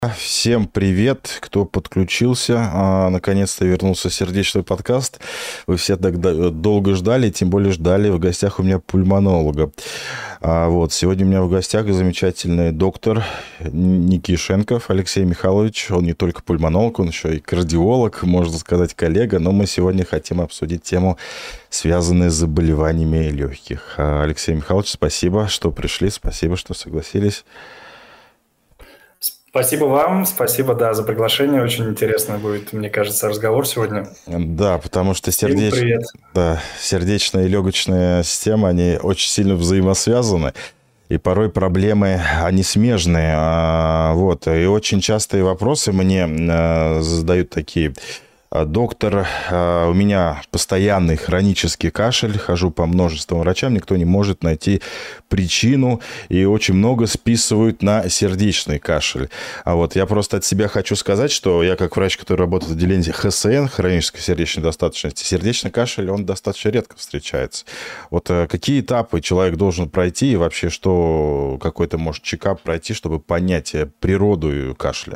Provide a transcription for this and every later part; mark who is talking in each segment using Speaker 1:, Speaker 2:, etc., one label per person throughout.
Speaker 1: Всем привет, кто подключился. Наконец-то вернулся сердечный подкаст. Вы все так долго ждали, тем более ждали в гостях у меня пульмонолога. Сегодня у меня в гостях замечательный доктор Никишенков Алексей Михайлович. Он не только пульмонолог, он еще и кардиолог, можно сказать, коллега. Но мы сегодня хотим обсудить тему, связанную с заболеваниями легких. Алексей Михайлович, спасибо, что пришли, спасибо, что согласились.
Speaker 2: Спасибо вам, спасибо, за приглашение. Очень интересный будет, мне кажется, разговор сегодня.
Speaker 1: Да, потому что сердечная и легочная система, они очень сильно взаимосвязаны, и порой проблемы, они смежные. И очень частые вопросы мне задают такие. Доктор, у меня постоянный хронический кашель, хожу по множеству врачам, никто не может найти причину, и очень много списывают на сердечный кашель. Я просто от себя хочу сказать, что я как врач, который работает в отделении ХСН, хронической сердечной недостаточности, сердечный кашель, он достаточно редко встречается. Какие этапы человек должен пройти, и вообще что какой-то может чекап пройти, чтобы понять природу кашля?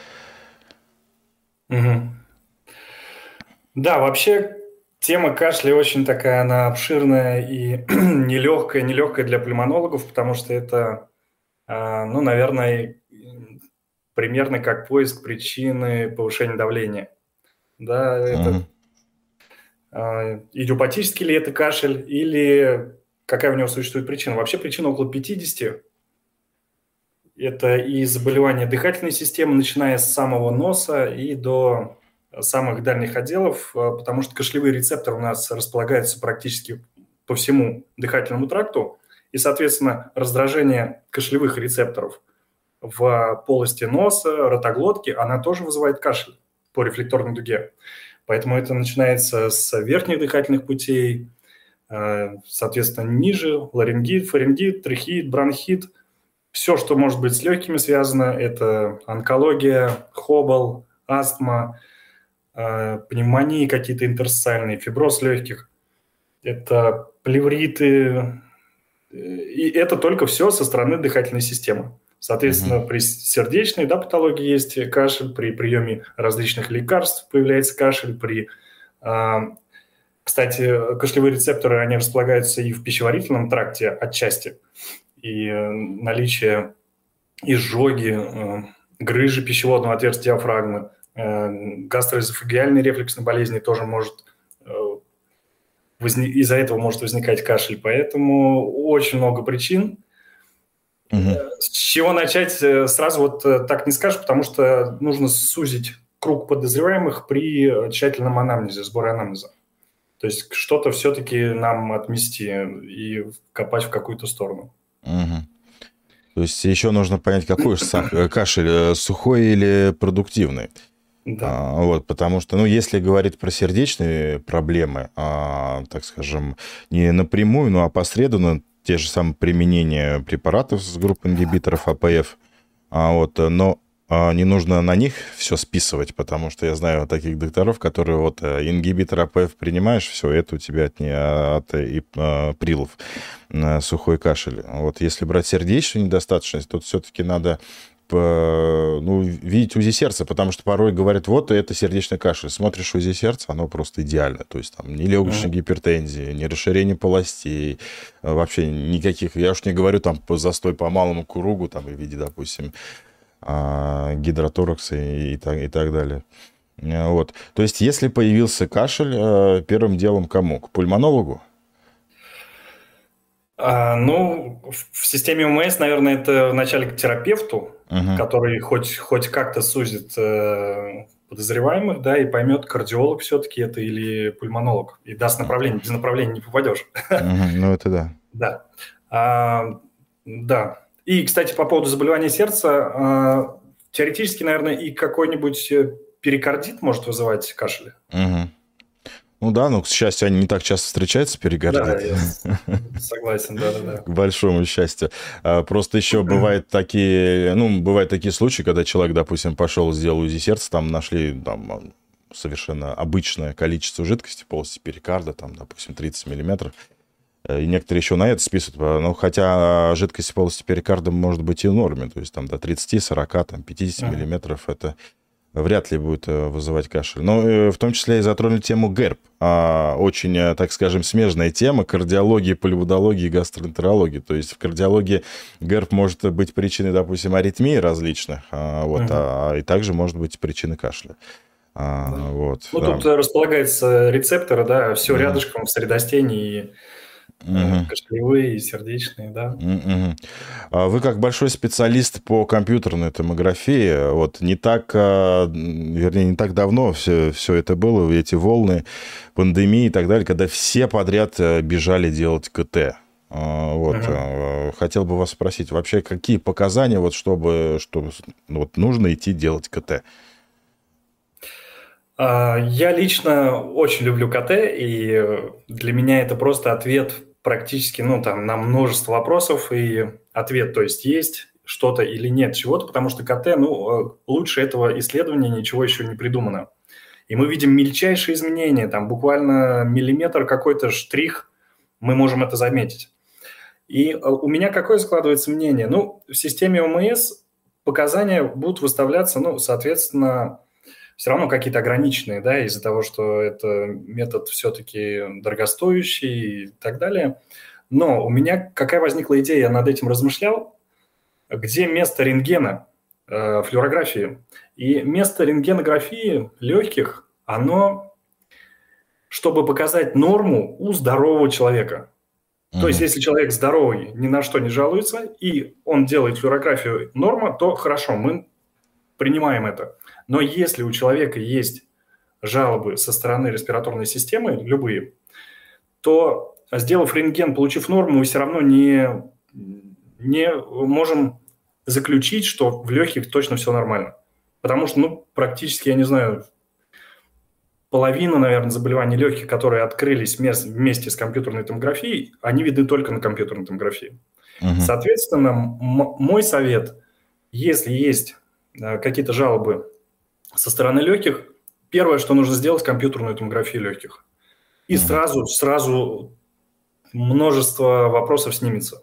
Speaker 2: Угу. Да, вообще тема кашля очень такая, она обширная и нелегкая для пульмонологов, потому что это, наверное, примерно как поиск причины повышения давления. Да, это идиопатический ли это кашель или какая у него существует причина. Вообще причина около 50. Это и заболевания дыхательной системы, начиная с самого носа и до самых дальних отделов, потому что кашлевые рецепторы у нас располагаются практически по всему дыхательному тракту, и, соответственно, раздражение кашлевых рецепторов в полости носа, ротоглотки, она тоже вызывает кашель по рефлекторной дуге. Поэтому это начинается с верхних дыхательных путей, соответственно, ниже, ларингит, фарингит, трахеит, бронхит. Все, что может быть с легкими связано, это онкология, хобл, астма, пневмонии какие-то интерстициальные, фиброз легких, это плевриты, и это только все со стороны дыхательной системы. Соответственно, при сердечной патологии есть кашель, при приеме различных лекарств появляется кашель, кстати, кашлевые рецепторы, они располагаются и в пищеварительном тракте отчасти, и наличие изжоги, грыжи пищеводного отверстия диафрагмы, гастроэзофагиальной рефлюксной болезни тоже может из-за этого может возникать кашель. Поэтому очень много причин. С чего начать, сразу так не скажешь, потому что нужно сузить круг подозреваемых при тщательном анамнезе, сборе анамнеза. То есть что-то все-таки нам отмести и копать в какую-то сторону.
Speaker 1: То есть еще нужно понять, какой кашель, сухой или продуктивный.
Speaker 2: Да.
Speaker 1: Потому что, если говорить про сердечные проблемы, так скажем, не напрямую, но опосредованно, те же самые применения препаратов с группой ингибиторов АПФ, но не нужно на них все списывать, потому что я знаю таких докторов, которые ингибитор АПФ принимаешь, все, это у тебя от прилов, сухой кашель. Если брать сердечную недостаточность, то все-таки надо видеть УЗИ сердца, потому что порой говорят, это сердечный кашель. Смотришь УЗИ сердца, оно просто идеально. То есть там ни легочной гипертензии, ни расширения полостей, вообще никаких. Я уж не говорю там застой по малому кругу, там в виде, допустим, гидроторакса и так далее. То есть если появился кашель, первым делом кому? К пульмонологу?
Speaker 2: В системе ОМС, наверное, это вначале к терапевту, который хоть как-то сузит подозреваемых, и поймет, кардиолог все-таки это или пульмонолог, и даст направление. Без направления не попадешь.
Speaker 1: Это да.
Speaker 2: Да. И, кстати, по поводу заболевания сердца, теоретически, наверное, и какой-нибудь перикардит может вызывать кашель.
Speaker 1: К счастью, они не так часто встречаются, перикардит.
Speaker 2: Да, я согласен, да.
Speaker 1: К большому счастью. Просто еще бывают такие случаи, когда человек, допустим, пошел, сделал УЗИ сердца, там нашли совершенно обычное количество жидкости в полости перикарда, там, допустим, 30 миллиметров. И некоторые еще на это списывают. Ну, хотя жидкость в полости перикарда может быть и в норме. То есть там до 30, 40, там, 50 миллиметров это вряд ли будет вызывать кашель. Но в том числе и затронули тему ГЭРБ. Очень, так скажем, смежная тема кардиологии, поливодологии, гастроэнтерологии. То есть в кардиологии ГЭРБ может быть причиной, допустим, аритмии различных, и также может быть причиной кашля.
Speaker 2: Тут располагаются рецепторы, да, все рядышком в средостении, кашлевые, и сердечные, да.
Speaker 1: Вы как большой специалист по компьютерной томографии, не так давно все это было, эти волны пандемии и так далее, когда все подряд бежали делать КТ. Хотел бы вас спросить, вообще какие показания, чтобы нужно идти делать КТ?
Speaker 2: Я лично очень люблю КТ, и для меня это просто ответ практически, на множество вопросов, и ответ, то есть что-то или нет чего-то, потому что КТ, лучше этого исследования ничего еще не придумано. И мы видим мельчайшие изменения, там буквально миллиметр, какой-то штрих, мы можем это заметить. И у меня какое складывается мнение? В системе ОМС показания будут выставляться, соответственно, все равно какие-то ограниченные, да, из-за того, что это метод все-таки дорогостоящий и так далее. Но у меня какая возникла идея, я над этим размышлял, где место рентгена, флюорографии. И место рентгенографии легких, оно, чтобы показать норму у здорового человека. То есть, если человек здоровый, ни на что не жалуется, и он делает флюорографию норма, то хорошо, мы принимаем это. Но если у человека есть жалобы со стороны респираторной системы, любые, то, сделав рентген, получив норму, мы все равно не можем заключить, что в легких точно все нормально. Потому что, практически, я не знаю, половина, наверное, заболеваний легких, которые открылись вместе с компьютерной томографией, они видны только на компьютерной томографии. Соответственно, мой совет, если есть какие-то жалобы со стороны легких, первое, что нужно сделать, компьютерную томографию легких. И сразу множество вопросов снимется.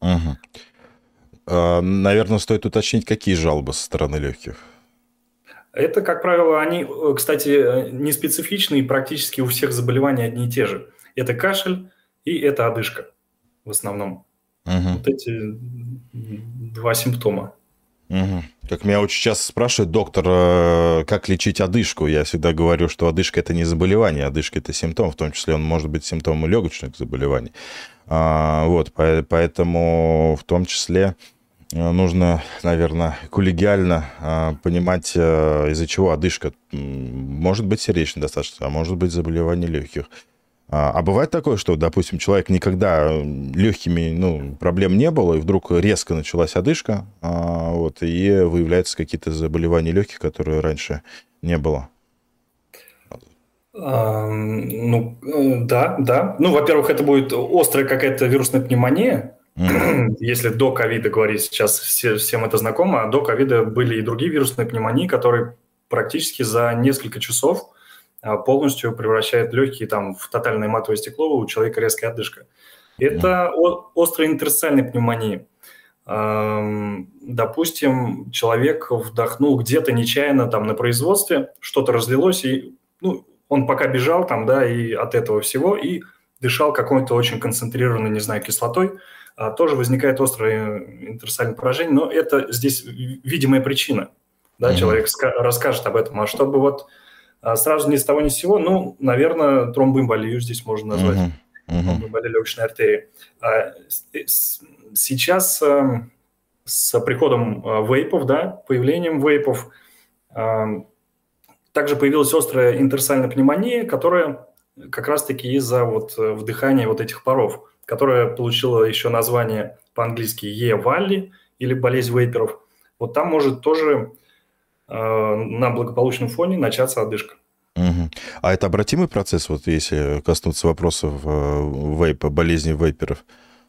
Speaker 1: Наверное, стоит уточнить, какие жалобы со стороны легких.
Speaker 2: Это, как правило, они, кстати, не специфичны, и практически у всех заболеваний одни и те же. Это кашель и это одышка в основном. Вот эти два симптома.
Speaker 1: Как меня очень часто спрашивают, доктор, как лечить одышку? Я всегда говорю, что одышка – это не заболевание, одышка – это симптом, в том числе он может быть симптомом легочных заболеваний. Поэтому в том числе нужно, наверное, коллегиально понимать, из-за чего одышка. Может быть сердечная достаточно, а может быть заболевание легких. А бывает такое, что, допустим, человек никогда легкими проблем не было, и вдруг резко началась одышка, и выявляются какие-то заболевания легких, которые раньше не было?
Speaker 2: Да. Во-первых, это будет острая какая-то вирусная пневмония. Если до ковида говорить, сейчас всем это знакомо, а до ковида были и другие вирусные пневмонии, которые практически за несколько часов полностью превращает легкие в тотальное матовое стекло, у человека резкая одышка. Это острая интерстициальная пневмония. Допустим, человек вдохнул где-то нечаянно на производстве, что-то разлилось, и он пока бежал и от этого всего, и дышал какой-то очень концентрированной, не знаю, кислотой, тоже возникает острое интерстициальное поражение, но это здесь видимая причина. Да, человек расскажет об этом. А чтобы сразу ни с того ни с сего, наверное, тромбоэмболию здесь можно назвать. Тромбоэмболия легочной артерии. Сейчас с приходом вейпов, появлением вейпов, также появилась острая интерстициальная пневмония, которая как раз-таки из-за вдыхания этих паров, которая получила еще название по-английски E-Валли или болезнь вейперов. Там может тоже на благополучном фоне начаться одышка.
Speaker 1: А это обратимый процесс, если коснуться вопросов вейпа, болезни вейперов?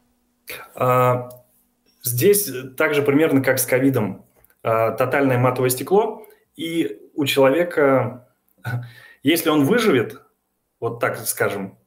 Speaker 2: Здесь также примерно как с ковидом. Тотальное матовое стекло, и у человека, если он выживет, так скажем,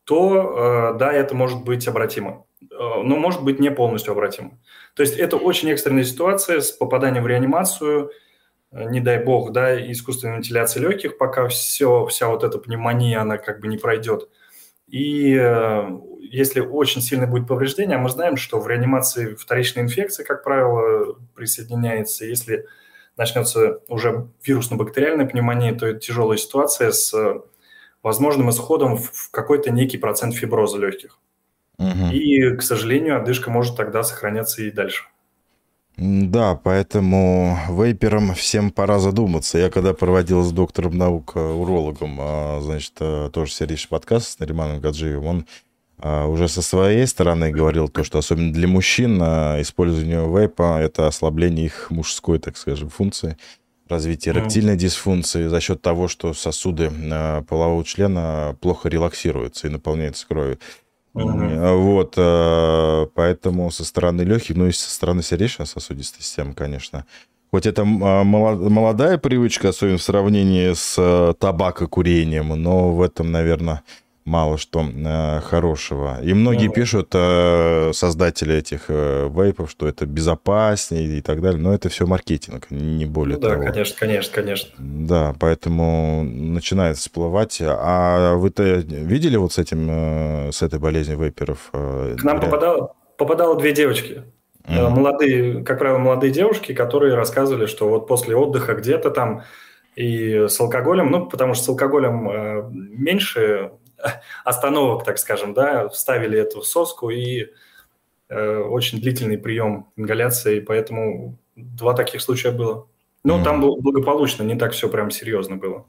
Speaker 2: то да, это может быть обратимо, но может быть не полностью обратимо. То есть это очень экстренная ситуация с попаданием в реанимацию, не дай бог, да, искусственной вентиляции легких, пока вся вот эта пневмония, она как бы не пройдет. И если очень сильное будет повреждение, а мы знаем, что в реанимации вторичная инфекция, как правило, присоединяется. Если начнется уже вирусно-бактериальная пневмония, то это тяжелая ситуация с возможным исходом в какой-то некий процент фиброза легких. Угу. И, к сожалению, одышка может тогда сохраняться и дальше.
Speaker 1: Да, поэтому вейперам всем пора задуматься. Я когда проводил с доктором наук, урологом, значит, тоже серийный подкаст с Нариманом Гаджиевым, он уже со своей стороны говорил то, что особенно для мужчин использование вейпа – это ослабление их мужской, так скажем, функции, развитие эректильной дисфункции за счет того, что сосуды полового члена плохо релаксируются и наполняются кровью. Вот, поэтому со стороны легких, ну и со стороны сердечно-сосудистой системы, конечно. Хоть это молодая привычка, особенно в сравнении с табакокурением, но в этом, наверное, мало что хорошего. И многие пишут, создатели этих вейпов, что это безопаснее и так далее, но это все маркетинг, не более того.
Speaker 2: Да, конечно.
Speaker 1: Да, поэтому начинает всплывать. А вы-то видели вот с этой болезнью вейперов?
Speaker 2: К нам попадало 2 девочки. Молодые, как правило, молодые девушки, которые рассказывали, что вот после отдыха где-то там и с алкоголем, ну, потому что с алкоголем меньше остановок, так скажем, да, вставили эту соску и очень длительный прием ингаляции, поэтому 2 таких случая было. Ну, там было благополучно, не так все прям серьезно было.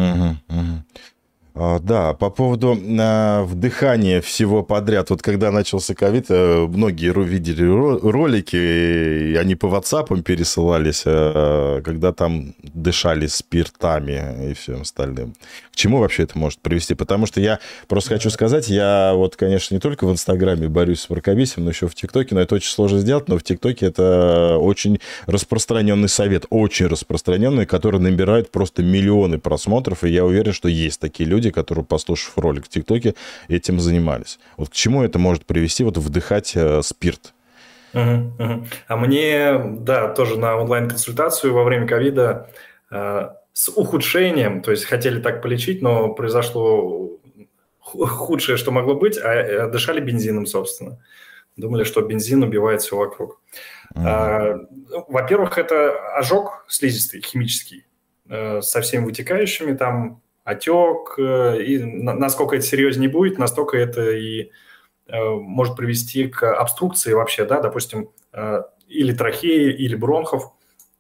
Speaker 1: Да, по поводу вдыхания всего подряд. Вот когда начался ковид, многие видели ролики, и они по WhatsApp пересылались, когда там дышали спиртами и всем остальным. К чему вообще это может привести? Потому что я просто хочу сказать, я вот, конечно, не только в Инстаграме борюсь с мракобесием, но еще в ТикТоке, но это очень сложно сделать, но в ТикТоке это очень распространенный совет, очень распространенный, который набирает просто миллионы просмотров, и я уверен, что есть такие люди, которые, послушав ролик в ТикТоке, этим занимались. Вот к чему это может привести, вот вдыхать спирт?
Speaker 2: А мне, да, тоже на онлайн-консультацию во время ковида с ухудшением, то есть хотели так полечить, но произошло худшее, что могло быть, а дышали бензином, собственно. Думали, что бензин убивает все вокруг. Во-первых, это ожог слизистый, химический, со всеми вытекающими, там отек, и насколько это серьезнее будет, настолько это и может привести к обструкции вообще, да, допустим, или трахеи, или бронхов,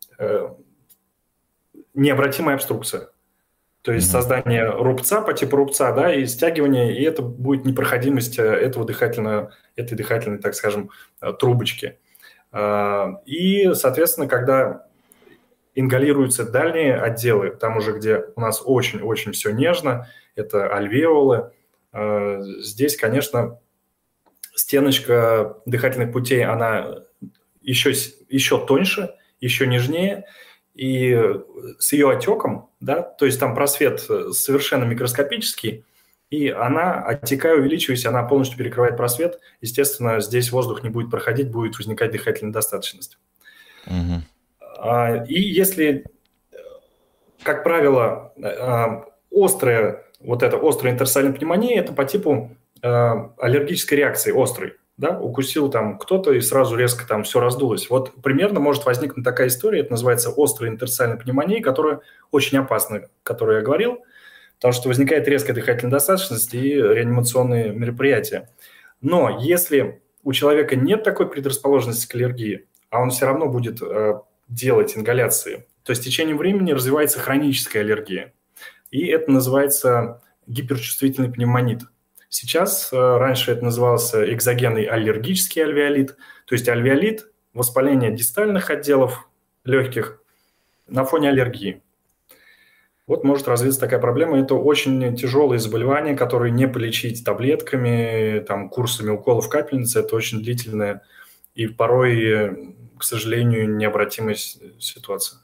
Speaker 2: необратимая обструкция. То есть создание рубца по типу рубца, да, и стягивание, и это будет непроходимость этой дыхательной, так скажем, трубочки. И, соответственно, когда ингалируются дальние отделы, там уже, где у нас очень-очень все нежно, это альвеолы, здесь, конечно, стеночка дыхательных путей, она еще тоньше, еще нежнее, и с ее отеком, да, то есть там просвет совершенно микроскопический, и она, оттекая, увеличиваясь, она полностью перекрывает просвет. Естественно, здесь воздух не будет проходить, будет возникать дыхательная недостаточность. И если, как правило, острая интерстициальная пневмония, это по типу аллергической реакции острой. Да, укусил там кто-то, и сразу резко там все раздулось. Вот примерно может возникнуть такая история, это называется острая интерстициальная пневмония, которая очень опасна, о которой я говорил, потому что возникает резкая дыхательная недостаточность и реанимационные мероприятия. Но если у человека нет такой предрасположенности к аллергии, а он все равно будет делать ингаляции, то с течением времени развивается хроническая аллергия. И это называется гиперчувствительный пневмонит. Сейчас, раньше это назывался экзогенный аллергический альвеолит, то есть альвеолит – воспаление дистальных отделов легких на фоне аллергии. Вот может развиться такая проблема. Это очень тяжелые заболевания, которые не полечить таблетками, там, курсами уколов капельницы. Это очень длительная и порой, к сожалению, необратимая ситуация.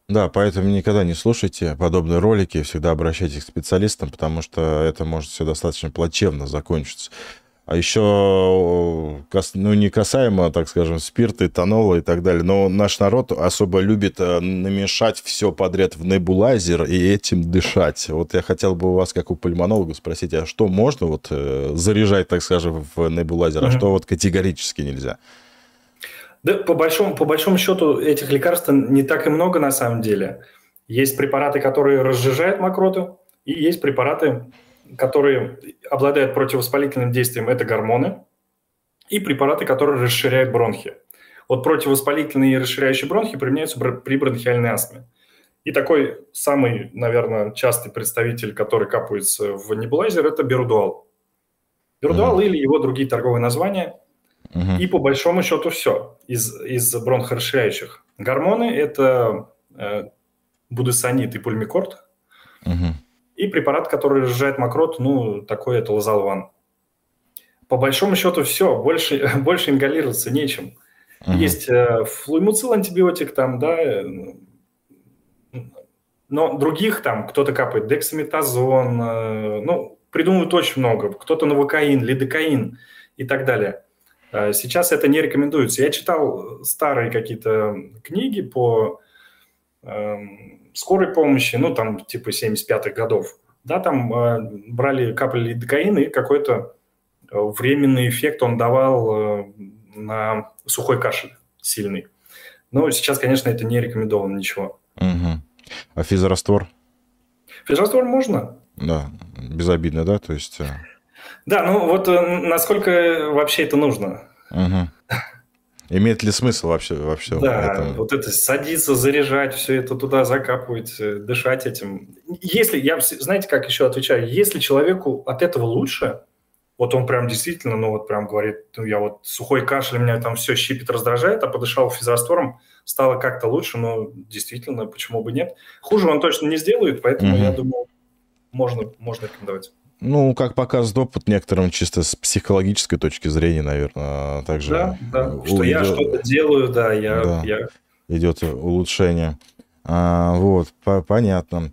Speaker 1: Да, поэтому никогда не слушайте подобные ролики, всегда обращайтесь к специалистам, потому что это может все достаточно плачевно закончиться. А еще, ну, не касаемо, так скажем, спирта, этанола и так далее, но наш народ особо любит намешать все подряд в небулайзер и этим дышать. Вот я хотел бы у вас, как у пульмонолога, спросить, а что можно вот заряжать, так скажем, в небулайзер, а что вот категорически нельзя?
Speaker 2: Да, по большому счету этих лекарств не так и много на самом деле. Есть препараты, которые разжижают мокроту, и есть препараты, которые обладают противовоспалительным действием, это гормоны, и препараты, которые расширяют бронхи. Вот противовоспалительные и расширяющие бронхи применяются при бронхиальной астме. И такой самый, наверное, частый представитель, который капается в небулайзер, это берудуал. Берудуал или его другие торговые названия. И по большому счету все из бронхорасширяющих. Гормоны – это будесонид и пульмикорд. И препарат, который разжижает мокроту, ну, такой это лазолван. По большому счету все, больше ингалироваться нечем. Есть флуимуцил антибиотик там, да, но других там кто-то капает дексаметазон, ну, придумывают очень много. Кто-то новокаин, лидокаин и так далее. Сейчас это не рекомендуется. Я читал старые какие-то книги по скорой помощи, ну, там, типа 75-х годов. Да, там капали лидокаин, и какой-то временный эффект он давал на сухой кашель сильный. Но сейчас, конечно, это не рекомендовано ничего.
Speaker 1: А физраствор?
Speaker 2: Физраствор можно.
Speaker 1: Да, безобидно, да? То есть...
Speaker 2: Да, ну вот насколько вообще это нужно?
Speaker 1: Имеет ли смысл вообще во всем
Speaker 2: этом? Вот это садиться, заряжать, все это туда закапывать, дышать этим. Если, я, знаете, как еще отвечаю, если человеку от этого лучше, вот он прям действительно, ну вот прям говорит, ну я вот сухой кашель, меня там все щипит, раздражает, а подышал физраствором, стало как-то лучше, но действительно, почему бы нет? Хуже он точно не сделает, поэтому я думаю, можно рекомендовать.
Speaker 1: Ну, как показывает опыт, некоторым чисто с психологической точки зрения, наверное, также...
Speaker 2: Да, что я что-то делаю, да, я...
Speaker 1: Идет улучшение. Вот, понятно.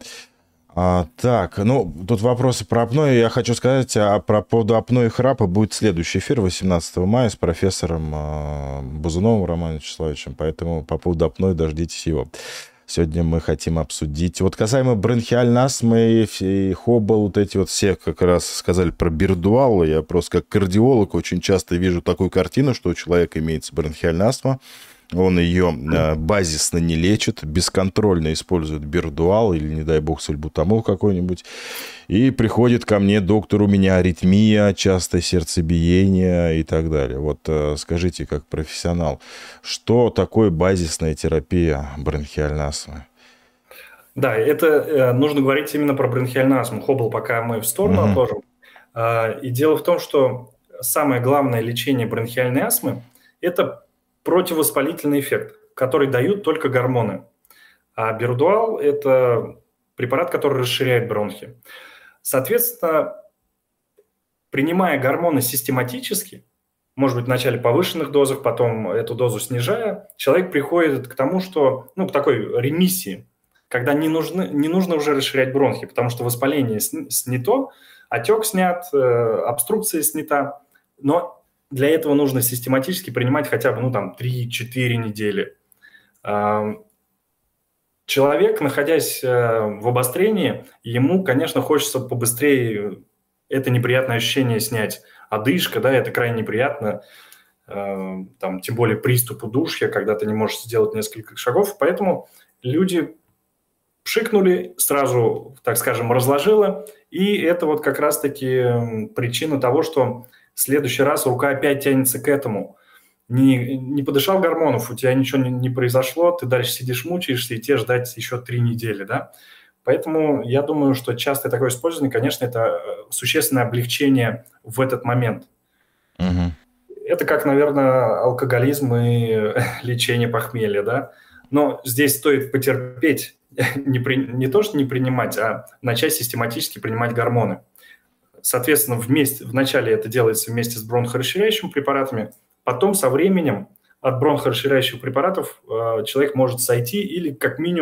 Speaker 1: Так, ну, тут вопросы про апноэ. Я хочу сказать, про поводу апноэ и храпа будет следующий эфир 18 мая с профессором Бузуновым Романом Вячеславовичем, поэтому по поводу апноэ дождитесь его. Сегодня мы хотим обсудить. Вот касаемо бронхиальной астмы и хоббл, вот эти вот все как раз сказали про бердуал. Я просто как кардиолог очень часто вижу такую картину, что у человека имеется бронхиальная астма, он ее базисно не лечит, бесконтрольно использует бердуал или, не дай бог, сальбутамол какой-нибудь. И приходит ко мне: доктор, у меня аритмия, частое сердцебиение и так далее. Вот скажите, как профессионал, что такое базисная терапия бронхиальной астмы?
Speaker 2: Да, это нужно говорить именно про бронхиальную астму. Хоббл пока мы в сторону отложим. И дело в том, что самое главное лечение бронхиальной астмы – это противовоспалительный эффект, который дают только гормоны. А бердуал – это препарат, который расширяет бронхи. Соответственно, принимая гормоны систематически, может быть, вначале в повышенных дозах, потом эту дозу снижая, человек приходит к тому, что, ну, к такой ремиссии, когда не нужно уже расширять бронхи, потому что воспаление снято, отек снят, обструкция снята, но для этого нужно систематически принимать хотя бы, ну, там, 3-4 недели. Человек, находясь в обострении, ему, конечно, хочется побыстрее это неприятное ощущение снять. Одышка, да, это крайне неприятно, там, тем более приступ удушья, когда ты не можешь сделать несколько шагов. Поэтому люди пшикнули, сразу, так скажем, разложило, и это вот как раз-таки причина того, что в следующий раз рука опять тянется к этому. Не подышал гормонов, у тебя ничего не произошло, ты дальше сидишь, мучаешься, и тебе ждать еще 3 недели, да? Поэтому я думаю, что частое такое использование, конечно, это существенное облегчение в этот момент. Это как, наверное, алкоголизм и лечение похмелья, да? Но здесь стоит потерпеть, не то, что не принимать, а начать систематически принимать гормоны. Соответственно, вначале это делается вместе с бронхорасширяющими препаратами, потом со временем от бронхорасширяющих препаратов человек может сойти или как минимум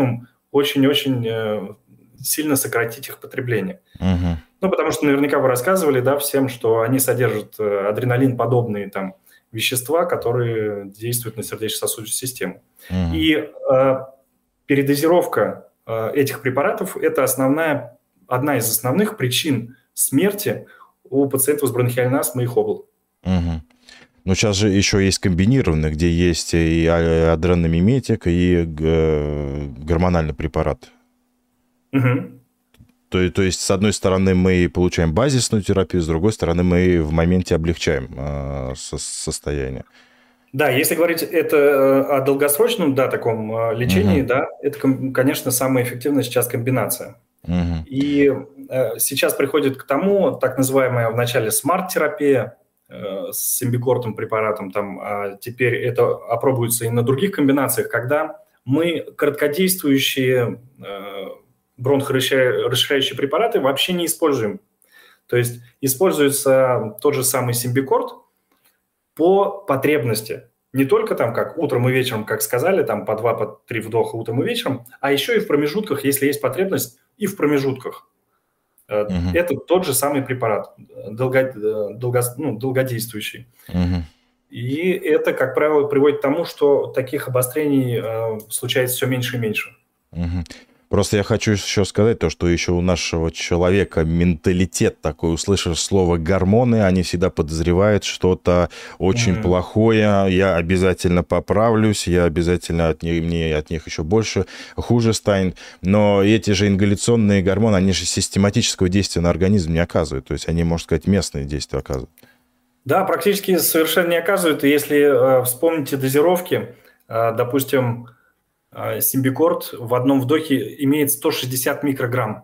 Speaker 2: очень-очень сильно сократить их потребление.
Speaker 1: Угу.
Speaker 2: Ну, потому что наверняка вы рассказывали, да, всем, что они содержат адреналин-подобные там вещества, которые действуют на сердечно-сосудистую систему.
Speaker 1: Угу.
Speaker 2: И передозировка этих препаратов – это одна из основных причин смерти у пациентов с бронхиальной астмой и хобл.
Speaker 1: Угу. Но сейчас же еще есть комбинированные, где есть и адреномиметик, и гормональный препарат.
Speaker 2: Угу.
Speaker 1: То есть, с одной стороны, мы получаем базисную терапию, с другой стороны, мы в моменте облегчаем состояние.
Speaker 2: Да, если говорить это о долгосрочном, да, таком лечении, да, это, конечно, самая эффективная сейчас комбинация. И сейчас приходит к тому так называемая вначале смарт-терапия с симбикортом препаратом, там, а теперь это опробуется и на других комбинациях, когда мы короткодействующие бронхорасширяющие препараты вообще не используем. То есть используется тот же самый симбикорт по потребности. Не только там как утром и вечером, как сказали, там по 2-3 вдоха утром и вечером, а еще и в промежутках, если есть потребность, и в промежутках. Это тот же самый препарат, долгодействующий. И это, как правило, приводит к тому, что таких обострений случается все меньше и меньше.
Speaker 1: Просто я хочу еще сказать то, что еще у нашего человека менталитет такой, услышав слово гормоны, они всегда подозревают что-то очень плохое, я обязательно поправлюсь, я обязательно мне от них еще больше, хуже станет. Но эти же ингаляционные гормоны, они же систематического действия на организм не оказывают, то есть они, можно сказать, местные действия оказывают.
Speaker 2: Да, практически совершенно не оказывают. И если вспомните дозировки, допустим, симбикорт в одном вдохе имеет 160 микрограмм.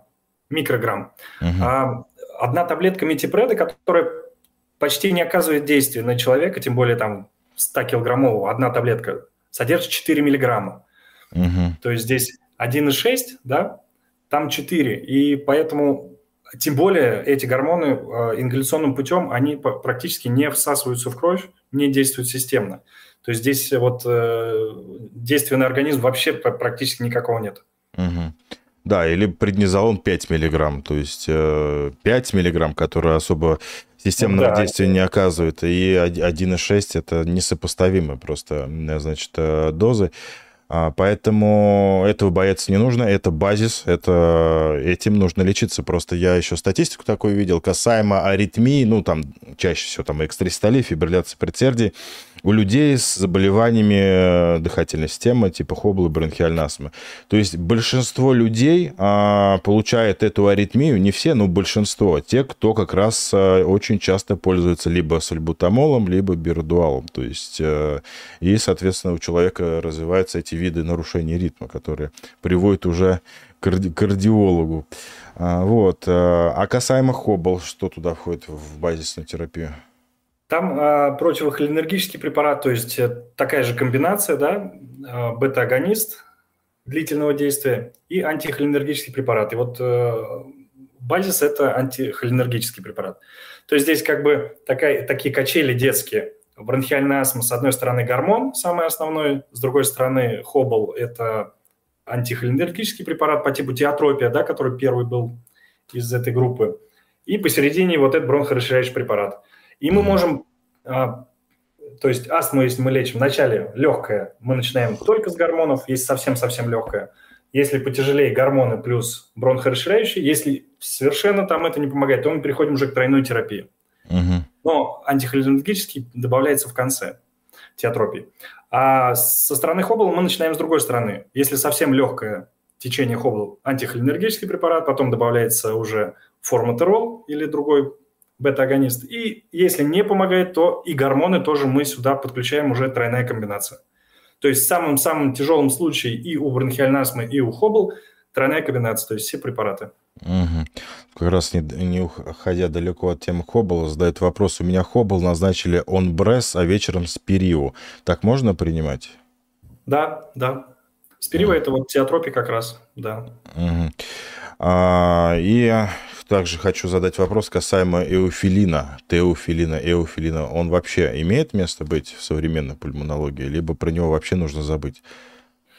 Speaker 2: Одна таблетка метипреда, которая почти не оказывает действия на человека, тем более там 100-килограммового, одна таблетка, содержит 4 миллиграмма. То есть здесь 1,6, да, там 4. И поэтому, тем более, эти гормоны ингаляционным путем, они практически не всасываются в кровь, не действуют системно. То есть здесь вот действия на организм вообще практически никакого нет.
Speaker 1: Да, или преднизолон 5 миллиграмм, то есть 5 миллиграмм, которые особо системного действия не оказывают, и 1,6 это несопоставимые просто, значит, дозы. Поэтому этого бояться не нужно, это базис, этим нужно лечиться. Просто я еще статистику такую видел касаемо аритмии, ну, там чаще всего там экстрасистолии, фибрилляции предсердий, у людей с заболеваниями дыхательной системы, типа хоблы, бронхиальной астмы. То есть большинство людей получает эту аритмию, не все, но большинство, те, кто как раз очень часто пользуются либо сальбутамолом, либо бирдуалом. То есть, и, соответственно, у человека развиваются эти виды нарушений ритма, которые приводят уже к кардиологу. Вот. А касаемо хобл, что туда входит в базисную терапию?
Speaker 2: Там противохолинергический препарат, то есть такая же комбинация, да, бета-агонист длительного действия и антихолинергический препарат. И вот базис – это антихолинергический препарат. То есть здесь как бы такие качели детские. Бронхиальная астма, с одной стороны, гормон самый основной, с другой стороны, хобл – это антихолинергический препарат по типу тиотропия, да, который первый был из этой группы. И посередине вот этот бронхорасширяющий препарат. И мы можем, то есть астму, если мы лечим, вначале легкая, мы начинаем только с гормонов, если совсем-совсем легкая. Если потяжелее, гормоны плюс бронхорасширяющий. Если совершенно там это не помогает, то мы переходим уже к тройной терапии. Но антихолинергический добавляется в конце тиотропии. А со стороны хоббла мы начинаем с другой стороны. Если совсем легкое течение хоббла, антихолинергический препарат, потом добавляется уже форматерол или другой бета-агонист. И если не помогает, то и гормоны тоже мы сюда подключаем, уже тройная комбинация. То есть в самом-самом тяжелом случае и у бронхиальной астмы, и у хоббл тройная комбинация, то есть все препараты.
Speaker 1: Как раз не уходя далеко от темы хоббла, задает вопрос. У меня хоббл назначили онбрес, а вечером спирио. Так можно принимать?
Speaker 2: Да. Спирио это вот тиотропия как раз, да.
Speaker 1: И также хочу задать вопрос касаемо эофилина. Эофилина. Он вообще имеет место быть в современной пульмонологии, либо про него вообще нужно забыть?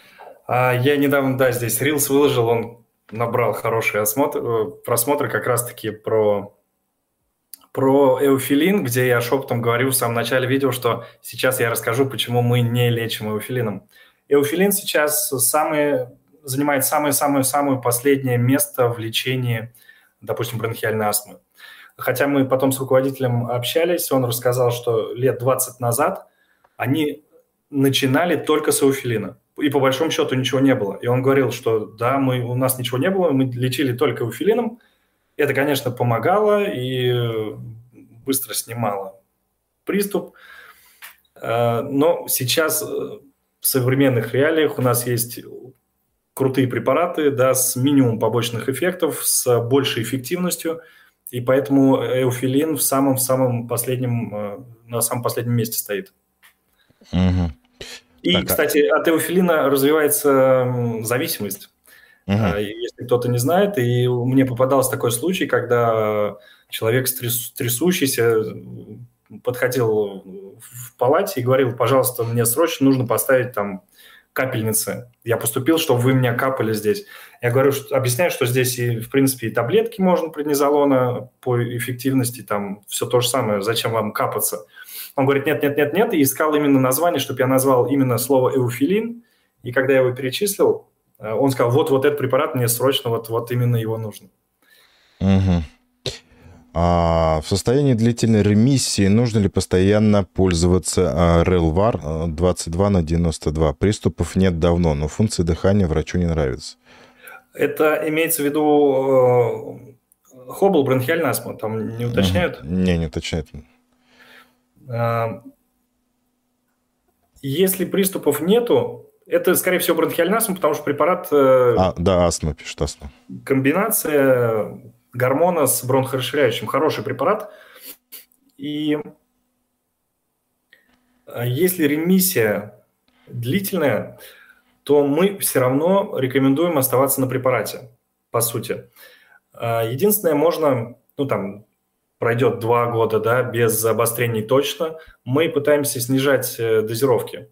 Speaker 2: Я недавно, да, здесь Reels выложил, он набрал хороший просмотр как раз-таки про эофилин, где я шепотом говорю в самом начале видео, что сейчас я расскажу, почему мы не лечим эофилином. Эофилин сейчас занимает самое-самое-самое последнее место в лечении, допустим, бронхиальной астмы. Хотя мы потом с руководителем общались, он рассказал, что лет 20 назад они начинали только с эофилина. И по большому счету ничего не было. И он говорил, что да, у нас ничего не было, мы лечили только эофилином. Это, конечно, помогало и быстро снимало приступ. Но сейчас в современных реалиях у нас есть крутые препараты, да, с минимумом побочных эффектов, с большей эффективностью. И поэтому эофилин на самом последнем месте стоит.
Speaker 1: Угу.
Speaker 2: И, кстати, от эофилина развивается зависимость. Если кто-то не знает, и мне попадался такой случай, когда человек трясущийся подходил в палате и говорил: пожалуйста, мне срочно нужно поставить там капельницы. Я поступил, чтобы вы меня капали здесь. Я говорю, объясняю, что здесь и, в принципе, и таблетки можно преднизолона по эффективности, там все то же самое, зачем вам капаться? Он говорит: нет, и искал именно название, чтобы я назвал именно слово эофилин, и когда я его перечислил, он сказал: вот этот препарат мне срочно, вот именно его нужно.
Speaker 1: Угу. А в состоянии длительной ремиссии нужно ли постоянно пользоваться Релвар 22/92? Приступов нет давно, но функция дыхания врачу не нравится.
Speaker 2: Это имеется в виду Хоббл, бронхиальная астма, там не уточняют?
Speaker 1: Не уточняют.
Speaker 2: Если приступов нету, это, скорее всего, бронхиальная астма, потому что препарат...
Speaker 1: да, астма пишет, астма.
Speaker 2: Комбинация гормона с бронхорасширяющим. Хороший препарат. И если ремиссия длительная, то мы все равно рекомендуем оставаться на препарате, по сути. Единственное, можно, пройдет 2 года, да, без обострений точно, мы пытаемся снижать дозировки.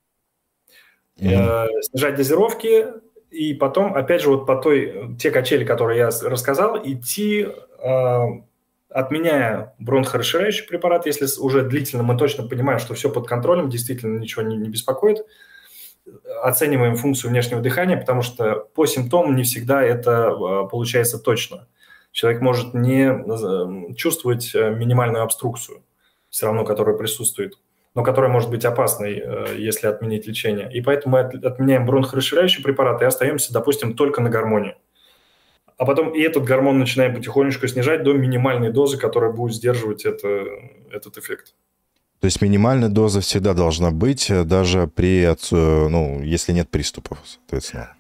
Speaker 2: Снижать дозировки, и потом, опять же, вот по те качели, которые я рассказал, идти, отменяя бронхорасширяющий препарат, если уже длительно мы точно понимаем, что все под контролем, действительно ничего не беспокоит, оцениваем функцию внешнего дыхания, потому что по симптомам не всегда это получается точно. Человек может не чувствовать минимальную обструкцию, все равно, которая присутствует, но которая может быть опасной, если отменить лечение. И поэтому мы отменяем бронхорасширяющий препарат и остаемся, допустим, только на гормоне. А потом и этот гормон начинаем потихонечку снижать до минимальной дозы, которая будет сдерживать этот эффект.
Speaker 1: То есть минимальная доза всегда должна быть, даже если нет приступов, соответственно.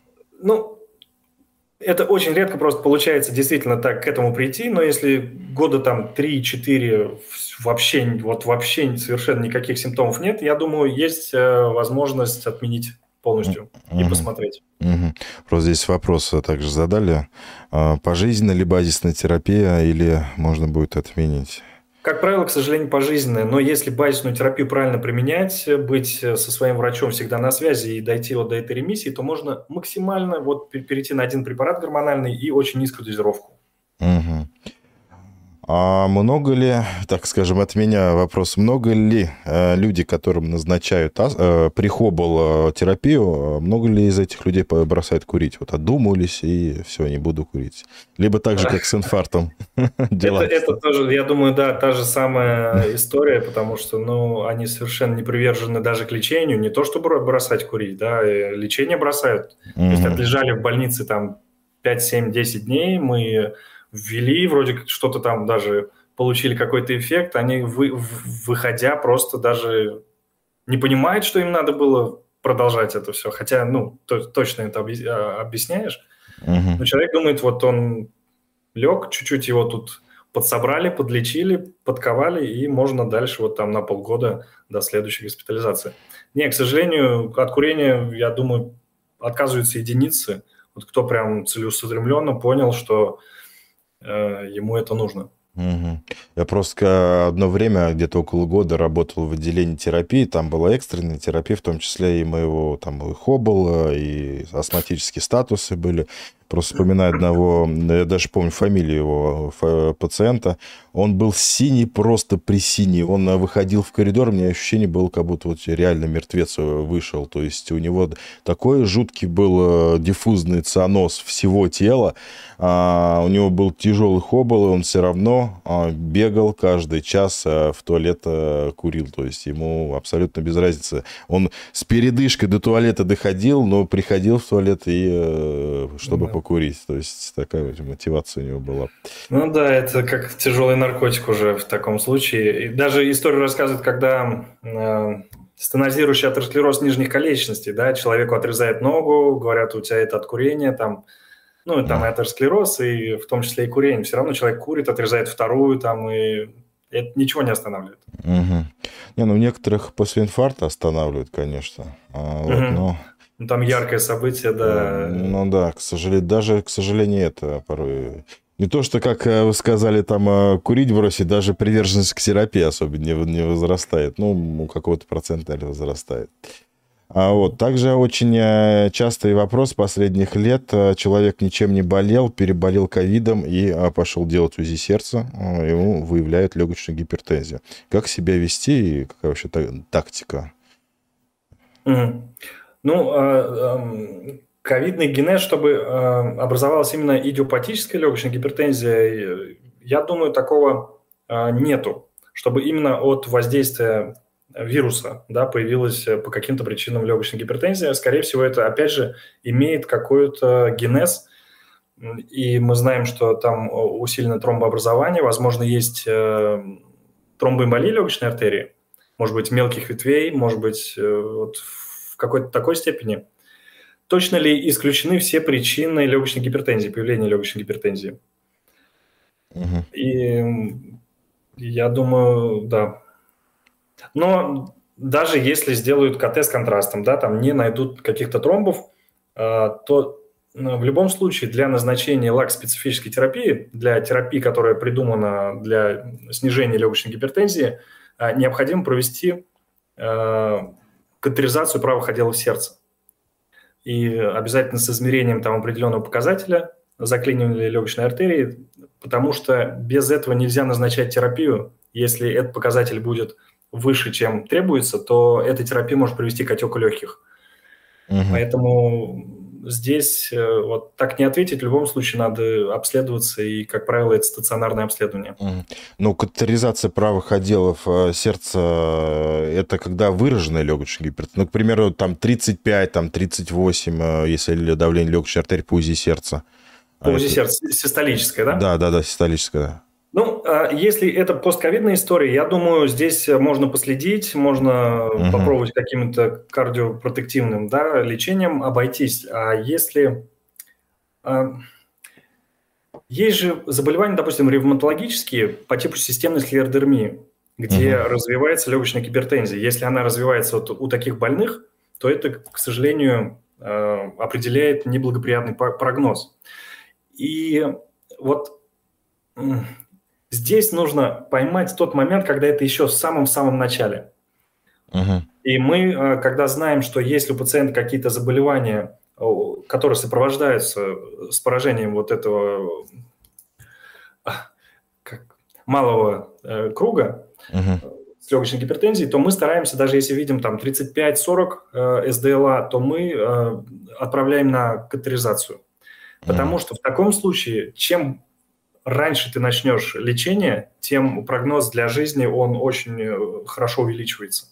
Speaker 2: Это очень редко просто получается действительно так к этому прийти, но если года 3-4 вообще совершенно никаких симптомов нет, я думаю, есть возможность отменить полностью и посмотреть.
Speaker 1: Просто здесь вопрос также задали. Пожизненная ли базисная терапия или можно будет отменить?
Speaker 2: Как правило, к сожалению, пожизненная, но если базисную терапию правильно применять, быть со своим врачом всегда на связи и дойти до этой ремиссии, то можно максимально перейти на один препарат гормональный и очень низкую дозировку.
Speaker 1: А много ли, так скажем, от меня вопрос, много ли люди, которым назначают прихобл терапию, много ли из этих людей бросают курить? Отдумались и все, не буду курить. Либо так же, как с инфарктом.
Speaker 2: Это тоже, я думаю, да, та же самая история, потому что, они совершенно не привержены даже к лечению, не то чтобы бросать курить, да, лечение бросают. То есть отлежали в больнице 5, 7, 10 дней, мы ввели, вроде как что-то там даже получили какой-то эффект, они, выходя, просто даже не понимают, что им надо было продолжать это все, хотя, точно это объясняешь, но человек думает, он лег, чуть-чуть его тут подсобрали, подлечили, подковали, и можно дальше на полгода до следующей госпитализации. Не, к сожалению, от курения, я думаю, отказываются единицы, кто прям целеустремленно понял, что ему это нужно.
Speaker 1: Мгм. Я просто одно время, где-то около года, работал в отделении терапии. Там была экстренная терапия, в том числе и моего там и Хоббла, и астматические статусы были. Просто вспоминаю одного, я даже помню фамилию его пациента. Он был синий, просто присиний. Он выходил в коридор, у меня ощущение было, как будто вот реально мертвец вышел. То есть у него такой жуткий был диффузный цианоз всего тела. У него был тяжелый Хоббл, и он все равно бегал каждый час в туалет, курил. То есть ему абсолютно без разницы. Он с передышкой до туалета доходил, но приходил в туалет, и чтобы покурить. То есть такая вот мотивация у него была.
Speaker 2: Ну да, это как тяжелый наркотик уже в таком случае. И даже историю рассказывают, когда стенозирующий атеросклероз нижних конечностей, да, человеку отрезают ногу, говорят, у тебя это от курения, там, ну, и там и атеросклероз, и в том числе и курение. Все равно человек курит, отрезает вторую, там, и это ничего не останавливает.
Speaker 1: Угу. Не, ну, некоторых после инфаркта останавливают, конечно. Вот, но...
Speaker 2: Ну, там яркое событие, да.
Speaker 1: Ну да, к сожалению, это порой... Не то, что, как вы сказали, там курить бросить, даже приверженность к терапии особо не возрастает. Ну, у какого-то процента возрастает. А вот также очень частый вопрос последних лет. Человек ничем не болел, переболел ковидом и пошел делать УЗИ сердца. Ему выявляют легочную гипертензию. Как себя вести и какая вообще тактика?
Speaker 2: Ну, ковидный генез, чтобы образовалась именно идиопатическая легочная гипертензия, я думаю, такого нету, чтобы именно от воздействия вируса, да, появилась по каким-то причинам легочная гипертензия. Скорее всего, это, опять же, имеет какой-то генез, и мы знаем, что там усилено тромбообразование, возможно, есть тромбоэмболия легочной артерии, может быть, мелких ветвей, может быть, вот в какой-то такой степени. Точно ли исключены все причины легочной гипертензии, появления легочной гипертензии? И я думаю, да. Но даже если сделают КТ с контрастом, да, там не найдут каких-то тромбов, то в любом случае для назначения лак-специфической терапии, для терапии, которая придумана для снижения легочной гипертензии, необходимо провести катетеризацию правых отделов сердца. И обязательно с измерением там определенного показателя заклинивания легочной артерии, потому что без этого нельзя назначать терапию. Если этот показатель будет выше, чем требуется, то эта терапия может привести к отеку легких. Поэтому здесь вот так не ответить. В любом случае надо обследоваться, и, как правило, это стационарное обследование.
Speaker 1: Ну, катетеризация правых отделов сердца – это когда выраженная легочная гипертензия. Ну, к примеру, там 35, там 38, если давление легочной артерии по УЗИ сердца.
Speaker 2: По УЗИ сердца, систолическое, да?
Speaker 1: Да, систолическое.
Speaker 2: Ну, если это постковидная история, я думаю, здесь можно последить, можно попробовать каким-то кардиопротективным, да, лечением обойтись. А если... Есть же заболевания, допустим, ревматологические по типу системной склеродермии, где развивается легочная гипертензия. Если она развивается вот у таких больных, то это, к сожалению, определяет неблагоприятный прогноз. И вот... Здесь нужно поймать тот момент, когда это еще в самом-самом начале. И мы, когда знаем, что есть у пациента какие-то заболевания, которые сопровождаются с поражением вот этого малого круга с легочной гипертензией, то мы стараемся, даже если видим там 35-40 СДЛА, то мы отправляем на катетеризацию. Потому что в таком случае, чем раньше ты начнешь лечение, тем прогноз для жизни, он очень хорошо увеличивается.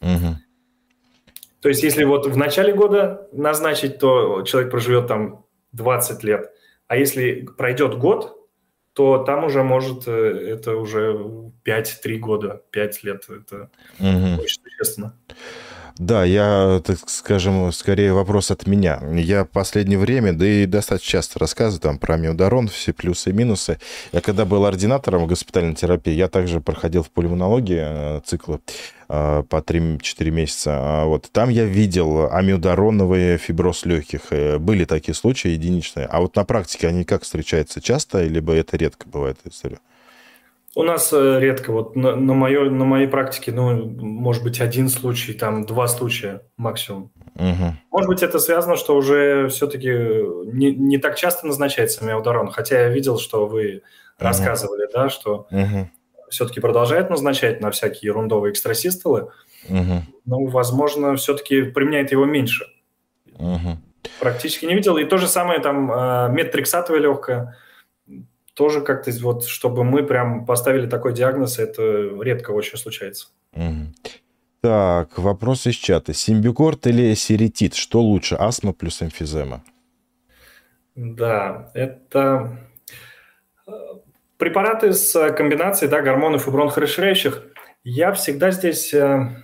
Speaker 2: То есть, если вот в начале года назначить, то человек проживет там 20 лет. А если пройдет год, то там уже может, это уже 5-3 года, 5 лет. Это очень существенно.
Speaker 1: Да, я, так скажем, скорее вопрос от меня. Я в последнее время, да и достаточно часто рассказываю там про амиодарон, все плюсы и минусы. Я когда был ординатором в госпитальной терапии, я также проходил в пульмонологии циклы по 3-4 месяца. Вот там я видел амиодароновый фиброз легких. Были такие случаи единичные. А вот на практике они как встречаются? Часто, либо это редко бывает история?
Speaker 2: У нас редко, вот на моей практике, ну, может быть, один случай, там, 2 случая максимум.
Speaker 1: Угу.
Speaker 2: Может быть, это связано, что уже все-таки не так часто назначается миодарон, хотя я видел, что вы рассказывали, да, что все-таки продолжает назначать на всякие ерундовые экстрасистолы, но, возможно, все-таки применяет его меньше. Практически не видел. И то же самое там метотрексатовая легкая, тоже как-то вот, чтобы мы прям поставили такой диагноз, это редко очень случается.
Speaker 1: Так, вопрос из чата. Симбикорт или серетит? Что лучше, астма плюс эмфизема?
Speaker 2: Да, это препараты с комбинацией, да, гормонов и бронхорасширяющих. Я всегда здесь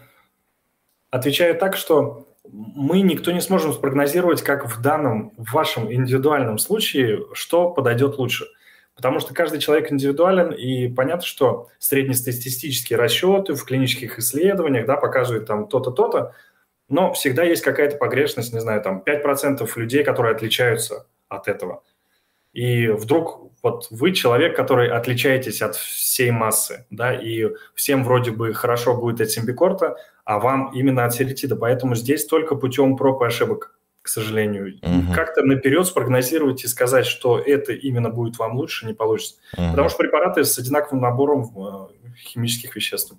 Speaker 2: отвечаю так, что мы никто не сможем спрогнозировать, как в вашем индивидуальном случае, что подойдет лучше. Потому что каждый человек индивидуален, и понятно, что среднестатистические расчеты в клинических исследованиях, да, показывают там то-то, то-то, но всегда есть какая-то погрешность, не знаю, там 5% людей, которые отличаются от этого. И вдруг вот вы человек, который отличаетесь от всей массы, да, и всем вроде бы хорошо будет от симбикорта, а вам именно от серетида. Поэтому здесь только путем проб и ошибок, к сожалению. Как-то наперед спрогнозировать и сказать, что это именно будет вам лучше, не получится. Потому что препараты с одинаковым набором химических веществ.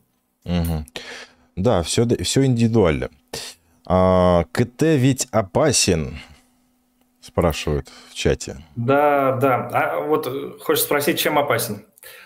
Speaker 1: Да, все индивидуально. КТ ведь опасен, спрашивают в чате.
Speaker 2: Да. А вот хочешь спросить, чем опасен?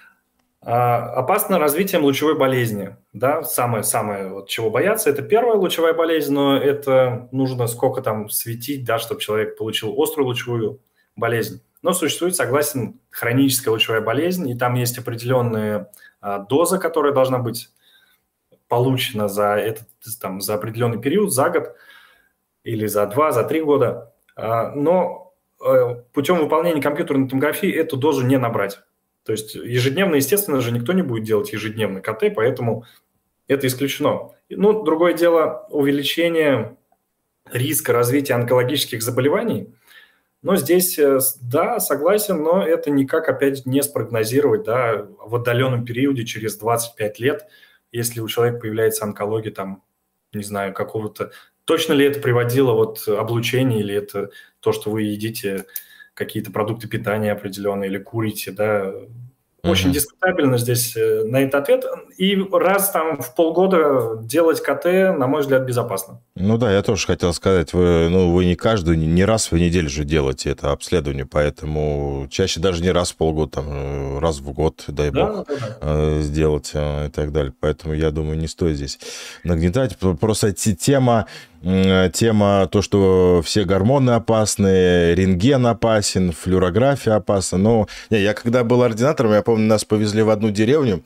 Speaker 2: Опасно развитием лучевой болезни. Да? Самое вот, чего бояться, это первая лучевая болезнь, но это нужно сколько там светить, да, чтобы человек получил острую лучевую болезнь. Но существует, согласен, хроническая лучевая болезнь, и там есть определенная доза, которая должна быть получена за определенный период, за год или за 2, за 3 года. Но путем выполнения компьютерной томографии эту дозу не набрать. То есть ежедневно, естественно же, никто не будет делать ежедневный КТ, поэтому это исключено. Ну, другое дело увеличение риска развития онкологических заболеваний. Но здесь, да, согласен, но это никак, опять, не спрогнозировать, да, в отдаленном периоде, через 25 лет, если у человека появляется онкология, там, не знаю, какого-то... Точно ли это приводило вот облучение, или это то, что вы едите какие-то продукты питания определенные или курите, да? Очень дискутабельно здесь на этот ответ. И раз там в полгода делать КТ, на мой взгляд, безопасно.
Speaker 1: Ну да, я тоже хотел сказать, вы не не раз в неделю же делаете это обследование, поэтому чаще даже не раз в полгода, там, раз в год, дай бог, сделать и так далее. Поэтому я думаю, не стоит здесь нагнетать. Просто тема то, что все гормоны опасны, рентген опасен, флюорография опасна. Но я когда был ординатором, я помню, нас повезли в одну деревню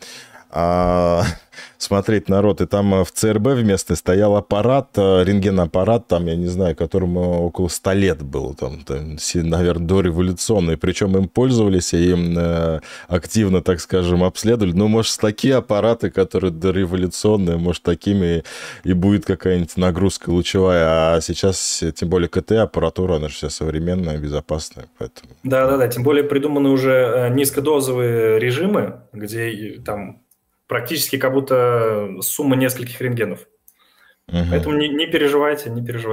Speaker 1: смотреть народ, и там в ЦРБ вместо стоял аппарат, рентген-аппарат, там, я не знаю, которому около 100 лет было, там, наверное, дореволюционный, причем им пользовались, и им активно, так скажем, обследовали. Ну, может, такие аппараты, которые дореволюционные, может, такими и будет какая-нибудь нагрузка лучевая, а сейчас, тем более, КТ-аппаратура, она же вся современная, безопасная, поэтому...
Speaker 2: Да, тем более придуманы уже низкодозовые режимы, где там практически как будто сумма нескольких рентгенов. Поэтому не переживайте.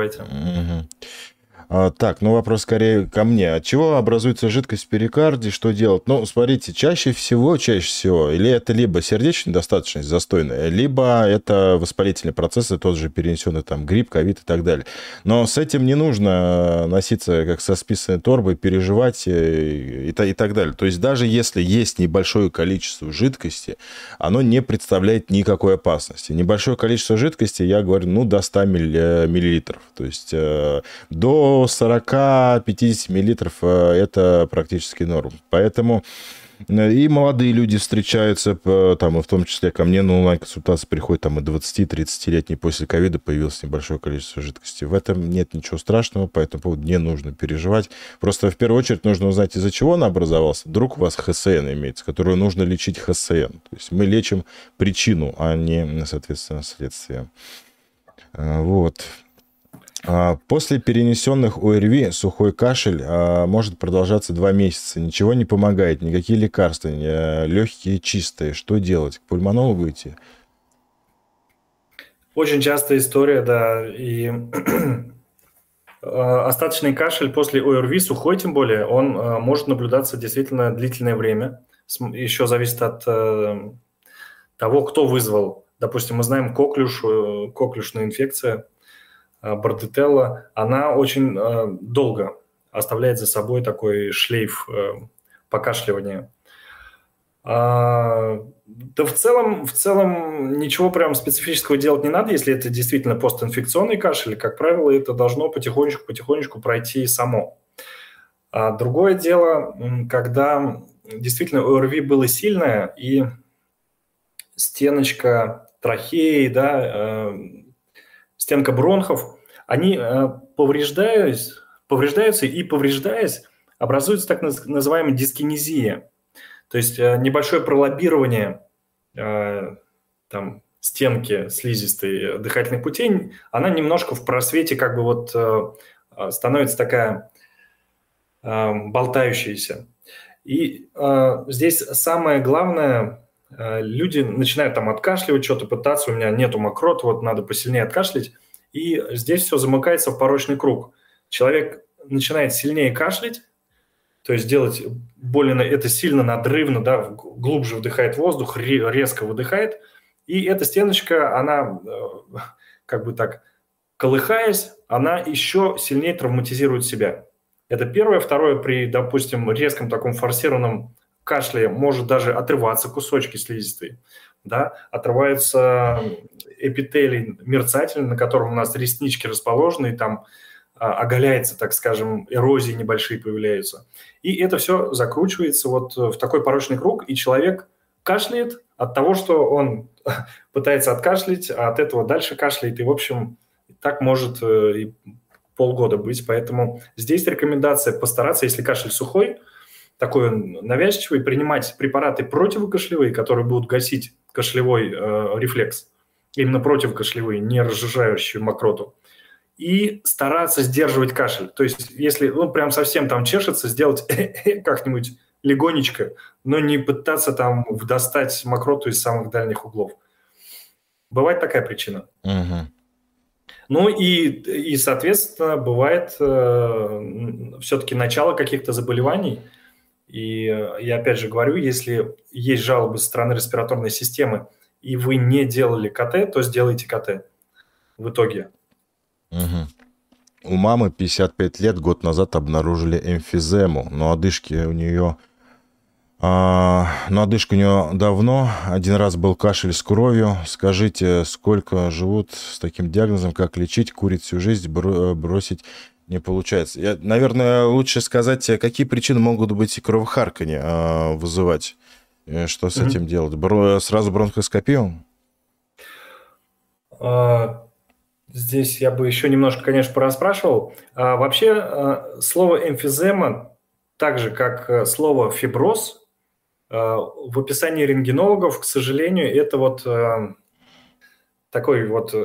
Speaker 1: Так, вопрос скорее ко мне. От чего образуется жидкость в перикарде? Что делать? Ну, смотрите, чаще всего, или это либо сердечная недостаточность застойная, либо это воспалительные процессы, тот же перенесенный там грипп, ковид и так далее. Но с этим не нужно носиться как со списанной торбой, переживать и так далее. То есть даже если есть небольшое количество жидкости, оно не представляет никакой опасности. Небольшое количество жидкости, я говорю, до 100 миллилитров. То есть до 40-50 миллилитров это практически норм. Поэтому и молодые люди встречаются, там, и в том числе ко мне на онлайн-консультации приходят там, и 20-30-летние после ковида появилось небольшое количество жидкости. В этом нет ничего страшного, по этому поводу не нужно переживать. Просто в первую очередь нужно узнать, из-за чего он образовался. Вдруг у вас ХСН имеется, которую нужно лечить ХСН. То есть мы лечим причину, а не, соответственно, следствие. Вот. После перенесенных ОРВИ сухой кашель может продолжаться 2 месяца. Ничего не помогает, никакие лекарства, легкие чистые. Что делать? К пульмонологу идти?
Speaker 2: Очень частая история, да. И остаточный кашель после ОРВИ, сухой тем более, он может наблюдаться действительно длительное время. Еще зависит от того, кто вызвал. Допустим, мы знаем коклюшная инфекция, бордетелла, она очень долго оставляет за собой такой шлейф покашливания. Да в целом ничего прям специфического делать не надо, если это действительно постинфекционный кашель. Как правило, это должно потихонечку пройти само. А другое дело, когда действительно ОРВИ было сильное, и стеночка трахеи, да, стенка бронхов, они повреждаются и, повреждаясь, образуется так называемая дискинезия. То есть небольшое пролоббирование там, стенки слизистой дыхательных путей, она немножко в просвете как бы вот становится такая болтающаяся. И здесь самое главное, люди начинают там откашливать, что-то пытаться, у меня нету мокрот, вот надо посильнее откашлять, и здесь все замыкается в порочный круг. Человек начинает сильнее кашлять, то есть делать более, это сильно надрывно, да, глубже вдыхает воздух, резко выдыхает, и эта стеночка, она как бы так колыхаясь, она еще сильнее травматизирует себя. Это первое. Второе, при, допустим, резком таком форсированном кашле может даже отрываться кусочки слизистой, да, отрываются эпителий мерцательный, на котором у нас реснички расположены, и там оголяется, так скажем, эрозии небольшие появляются. И это все закручивается вот в такой порочный круг, и человек кашляет от того, что он пытается откашлять, а от этого дальше кашляет, и, в общем, так может и полгода быть. Поэтому здесь рекомендация постараться, если кашель сухой, такой навязчивый, принимать препараты противокашлевые, которые будут гасить кашлевой рефлекс, именно противокашлевые, не разжижающие мокроту, и стараться сдерживать кашель. То есть если прям совсем там чешется, сделать как-нибудь легонечко, но не пытаться там достать мокроту из самых дальних углов. Бывает такая причина.
Speaker 1: Угу.
Speaker 2: Ну и, соответственно, бывает все-таки начало каких-то заболеваний. И я опять же говорю, если есть жалобы со стороны респираторной системы, и вы не делали КТ, то сделайте КТ в итоге.
Speaker 1: Угу. У мамы 55 лет, год назад обнаружили эмфизему, но одышка у нее давно. Один раз был кашель с кровью. Скажите, сколько живут с таким диагнозом, как лечить, курить всю жизнь, бросить не получается. Наверное, лучше сказать, какие причины могут быть кровохарканье вызывать. Что с этим делать? Сразу бронхоскопию?
Speaker 2: Здесь я бы еще немножко, конечно, порасспрашивал. Вообще, слово эмфизема, так же, как слово фиброз, в описании рентгенологов, к сожалению, это вот такой вот,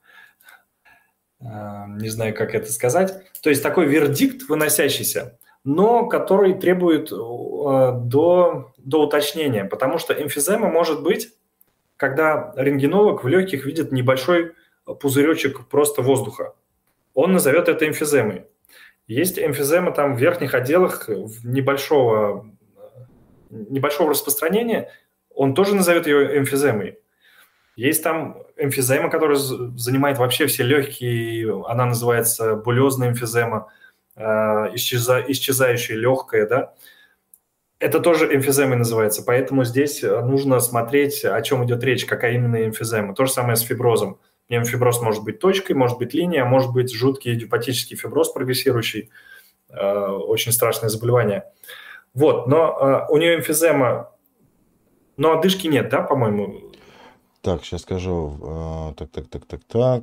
Speaker 2: не знаю, как это сказать, то есть такой вердикт выносящийся, но который требует до уточнения, потому что эмфизема может быть, когда рентгенолог в легких видит небольшой пузыречек просто воздуха. Он назовет это эмфиземой. Есть эмфизема там в верхних отделах небольшого распространения, он тоже назовет ее эмфиземой. Есть там эмфизема, которая занимает вообще все легкие, она называется булезная эмфизема, исчезающая легкая, да. Это тоже эмфиземой называется, поэтому здесь нужно смотреть, о чем идет речь, какая именно эмфизема. То же самое с фиброзом. Пневмофиброз может быть точкой, может быть линия, может быть жуткий идиопатический фиброз прогрессирующий, очень страшное заболевание. Вот, но у нее эмфизема, но одышки нет, да, по-моему?
Speaker 1: Так, сейчас скажу. Так.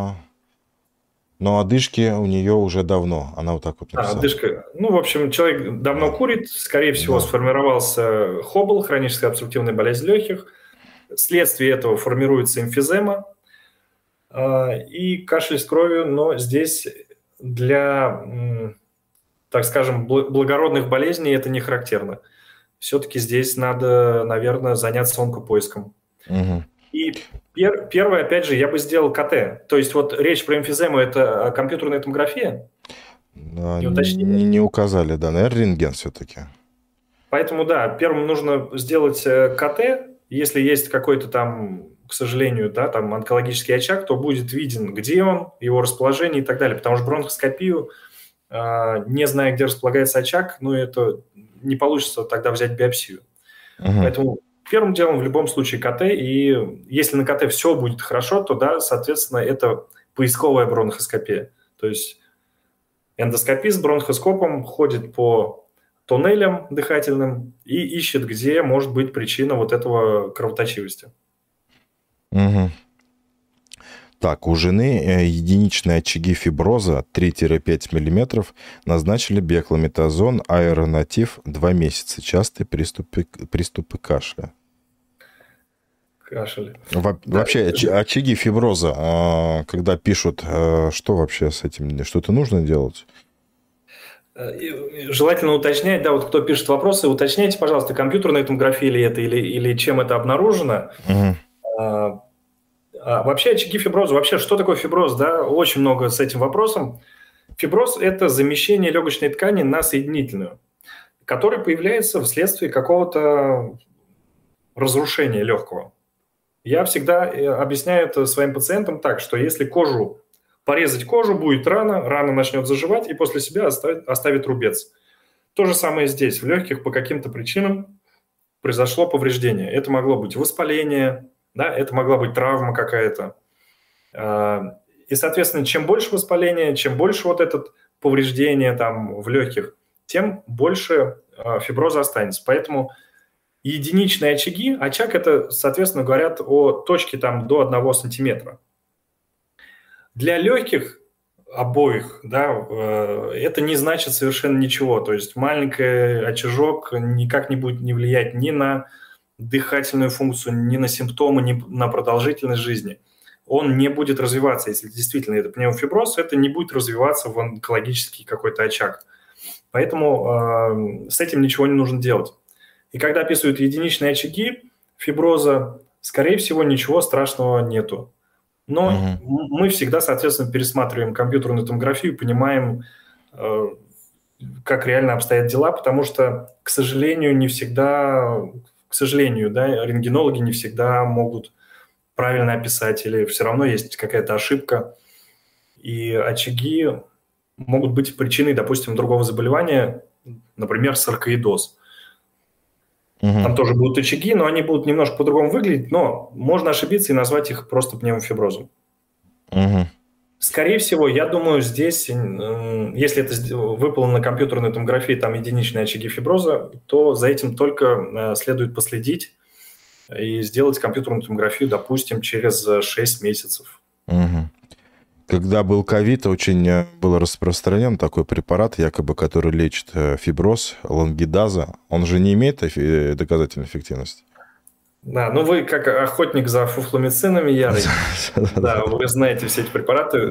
Speaker 1: Но одышки у нее уже давно. Она вот так вот написала.
Speaker 2: Одышка. Ну, в общем, человек давно курит, скорее всего, сформировался хобл, хроническая обструктивная болезнь легких. Вследствие этого формируется эмфизема. и кашель с кровью, но здесь для, так скажем, благородных болезней это не характерно. Все-таки здесь надо, наверное, заняться онкопоиском.
Speaker 1: Угу.
Speaker 2: И первое, опять же, я бы сделал КТ. То есть вот речь про эмфизему – это компьютерная томография?
Speaker 1: Не указали, да, наверное, рентген все-таки.
Speaker 2: Поэтому, да, первым нужно сделать КТ. Если есть какой-то там, к сожалению, да, там онкологический очаг, то будет виден, где он, его расположение и так далее. Потому что бронхоскопию, не зная, где располагается очаг, это не получится тогда взять биопсию. Поэтому первым делом в любом случае КТ, и если на КТ все будет хорошо, то, да, соответственно, это поисковая бронхоскопия. То есть эндоскопист с бронхоскопом ходит по туннелям дыхательным и ищет, где может быть причина вот этого кровоточивости.
Speaker 1: Угу. Так, у жены единичные очаги фиброза 3-5 мм, назначили бекламетазон, аэронатив 2 месяца. Частые приступы кашля.
Speaker 2: Кашель.
Speaker 1: Вообще, очаги фиброза, когда пишут, что вообще с этим? Что-то нужно делать?
Speaker 2: Желательно уточнять, да, вот кто пишет вопросы, уточняйте, пожалуйста, компьютерная томография ли это, или чем это обнаружено. Вообще очаги фиброза, вообще что такое фиброз, да, очень много с этим вопросом. Фиброз – это замещение легочной ткани на соединительную, которая появляется вследствие какого-то разрушения легкого. Я всегда объясняю это своим пациентам так, что если порезать кожу, будет рана начнет заживать и после себя оставит рубец. То же самое здесь. В легких по каким-то причинам произошло повреждение. Это могло быть воспаление, да, это могла быть травма какая-то. И, соответственно, чем больше воспаления, чем больше вот это повреждение там в легких, тем больше фиброза останется. Поэтому единичные очаги, очаг это, соответственно, говорят о точке там до 1 сантиметра. Для легких обоих, да, это не значит совершенно ничего. То есть маленький очажок никак не будет не влиять ни на дыхательную функцию, ни на симптомы, ни на продолжительность жизни. Он не будет развиваться. Если действительно это пневмофиброз, это не будет развиваться в онкологический какой-то очаг. Поэтому с этим ничего не нужно делать. И когда описывают единичные очаги фиброза, скорее всего, ничего страшного нету. Но мы всегда, соответственно, пересматриваем компьютерную томографию, понимаем, как реально обстоят дела, потому что, к сожалению, да, рентгенологи не всегда могут правильно описать, или все равно есть какая-то ошибка. И очаги могут быть причиной, допустим, другого заболевания, например, саркоидоз. Там тоже будут очаги, но они будут немножко по-другому выглядеть, но можно ошибиться и назвать их просто пневмофиброзом. Скорее всего, я думаю, здесь, если это выполнено на компьютерной томографии, там единичные очаги фиброза, то за этим только следует последить и сделать компьютерную томографию, допустим, через 6 месяцев.
Speaker 1: Когда был ковид, очень был распространен такой препарат, якобы, который лечит фиброз, лангидаза. Он же не имеет доказательной эффективности?
Speaker 2: Да, вы как охотник за фуфломицинами ярый, да, вы знаете все эти препараты.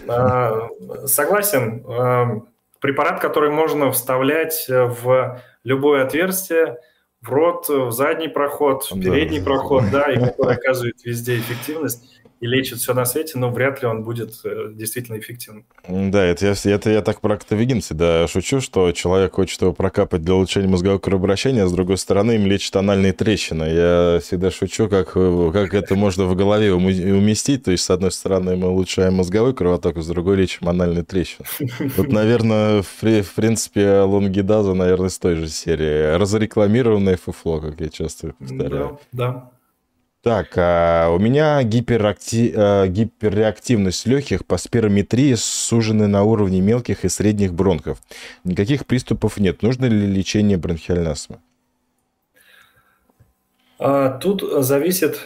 Speaker 2: Согласен, препарат, который можно вставлять в любое отверстие, в рот, в задний проход, в передний проход, да, и который оказывает везде эффективность и лечит все на свете, но вряд ли он будет действительно эффективным.
Speaker 1: Да, это я так про актовигин всегда шучу, что человек хочет его прокапать для улучшения мозгового кровообращения, а с другой стороны им лечит анальные трещины. Я всегда шучу, как это можно в голове уместить. То есть, с одной стороны, мы улучшаем мозговой кровоток, а с другой лечим анальные трещины. Вот, наверное, в принципе, лонгидаза, наверное, с той же серии. Разрекламированное фуфло, как я часто повторяю.
Speaker 2: Да.
Speaker 1: Так, у меня гиперреактивность легких по спирометрии сужены на уровне мелких и средних бронхов. Никаких приступов нет. Нужно ли лечение бронхиальной астмы?
Speaker 2: Тут зависит...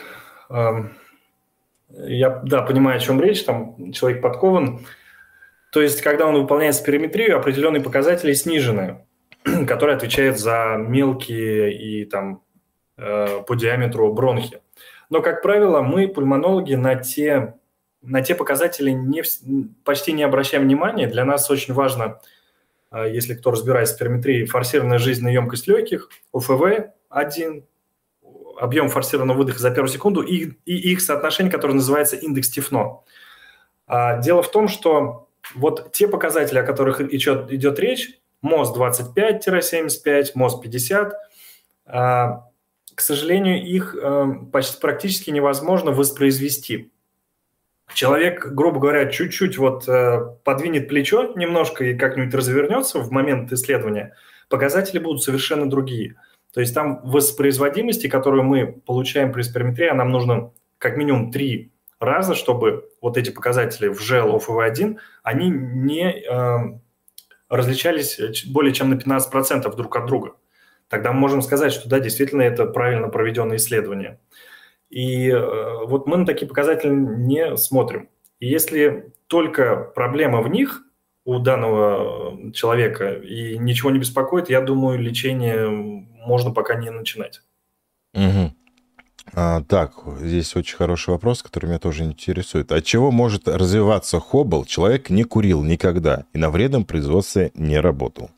Speaker 2: Я, понимаю, о чем речь. Там человек подкован. То есть, когда он выполняет спирометрию, определенные показатели снижены, которые отвечают за мелкие и там по диаметру бронхи. Но, как правило, мы, пульмонологи, на те на те показатели почти не обращаем внимания. Для нас очень важно, если кто разбирается в спирометрии, форсированная жизненная емкость легких, ОФВ-1, объем форсированного выдоха за первую секунду и их соотношение, которое называется индекс Тифно. Дело в том, что вот те показатели, о которых идет речь, МОЗ 25-75, МОЗ 50, к сожалению, их практически невозможно воспроизвести. Человек, грубо говоря, чуть-чуть подвинет плечо немножко и как-нибудь развернется в момент исследования, показатели будут совершенно другие. То есть там воспроизводимости, которую мы получаем при спирометрии, нам нужно как минимум 3 раза, чтобы вот эти показатели в ЖЭЛ, ОФВ-1, они не различались более чем на 15% друг от друга. Тогда мы можем сказать, что да, действительно, это правильно проведенное исследование. И вот мы на такие показатели не смотрим. И если только проблема в них у данного человека и ничего не беспокоит, я думаю, лечение можно пока не начинать.
Speaker 1: Угу. Так, здесь очень хороший вопрос, который меня тоже интересует. От чего может развиваться хоббл? Человек не курил никогда и на вредном производстве не работал.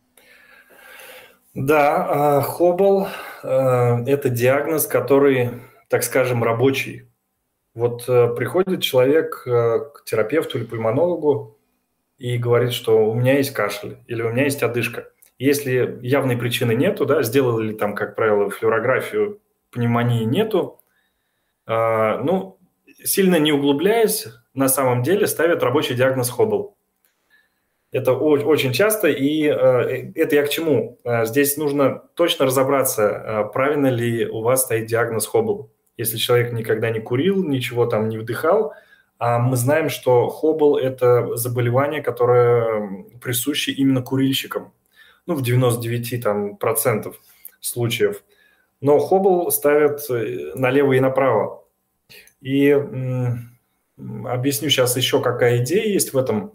Speaker 2: Да, хоббл – это диагноз, который, так скажем, рабочий. Вот приходит человек к терапевту или пульмонологу и говорит, что у меня есть кашель или у меня есть одышка. Если явной причины нету, да, сделали там, как правило, флюорографию, пневмонии нету, сильно не углубляясь, на самом деле ставят рабочий диагноз хоббл. Это очень часто, и это я к чему? Здесь нужно точно разобраться, правильно ли у вас стоит диагноз хоббл. Если человек никогда не курил, ничего там не вдыхал, а мы знаем, что хоббл – это заболевание, которое присуще именно курильщикам, в 99% случаев. Но хоббл ставят налево и направо. И объясню сейчас еще, какая идея есть в этом.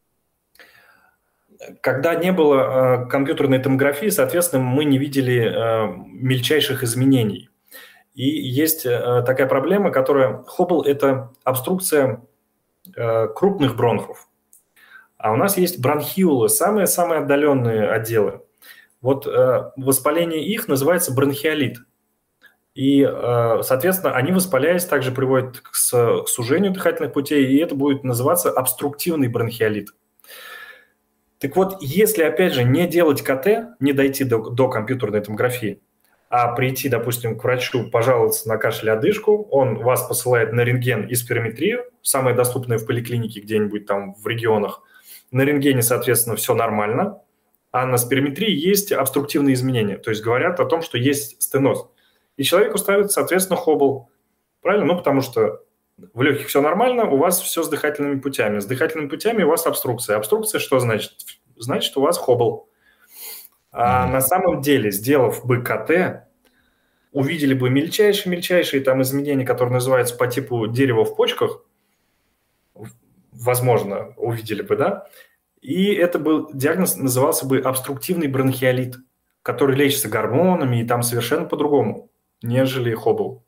Speaker 2: Когда не было компьютерной томографии, соответственно, мы не видели мельчайших изменений. И есть такая проблема, которая хоббл – это обструкция крупных бронхов. А у нас есть бронхиолы, самые-самые отдаленные отделы. Вот воспаление их называется бронхиолит. И, соответственно, они, воспаляясь, также приводят к сужению дыхательных путей, и это будет называться обструктивный бронхиолит. Так вот, если, опять же, не делать КТ, не дойти до компьютерной томографии, а прийти, допустим, к врачу, пожаловаться на кашель и одышку, он вас посылает на рентген и спирометрию, самые доступные в поликлинике где-нибудь там в регионах. На рентгене, соответственно, все нормально, а на спирометрии есть обструктивные изменения, то есть говорят о том, что есть стеноз. И человеку ставят, соответственно, хоббл. Правильно? Потому что в легких все нормально, у вас все с дыхательными путями. С дыхательными путями у вас обструкция. Обструкция что значит? Значит, у вас хоббл. А на самом деле, сделав бы КТ, увидели бы мельчайшие там изменения, которые называются по типу дерева в почках, возможно, увидели бы, да? И это был диагноз, назывался бы обструктивный бронхиолит, который лечится гормонами и там совершенно по-другому, нежели хоббл.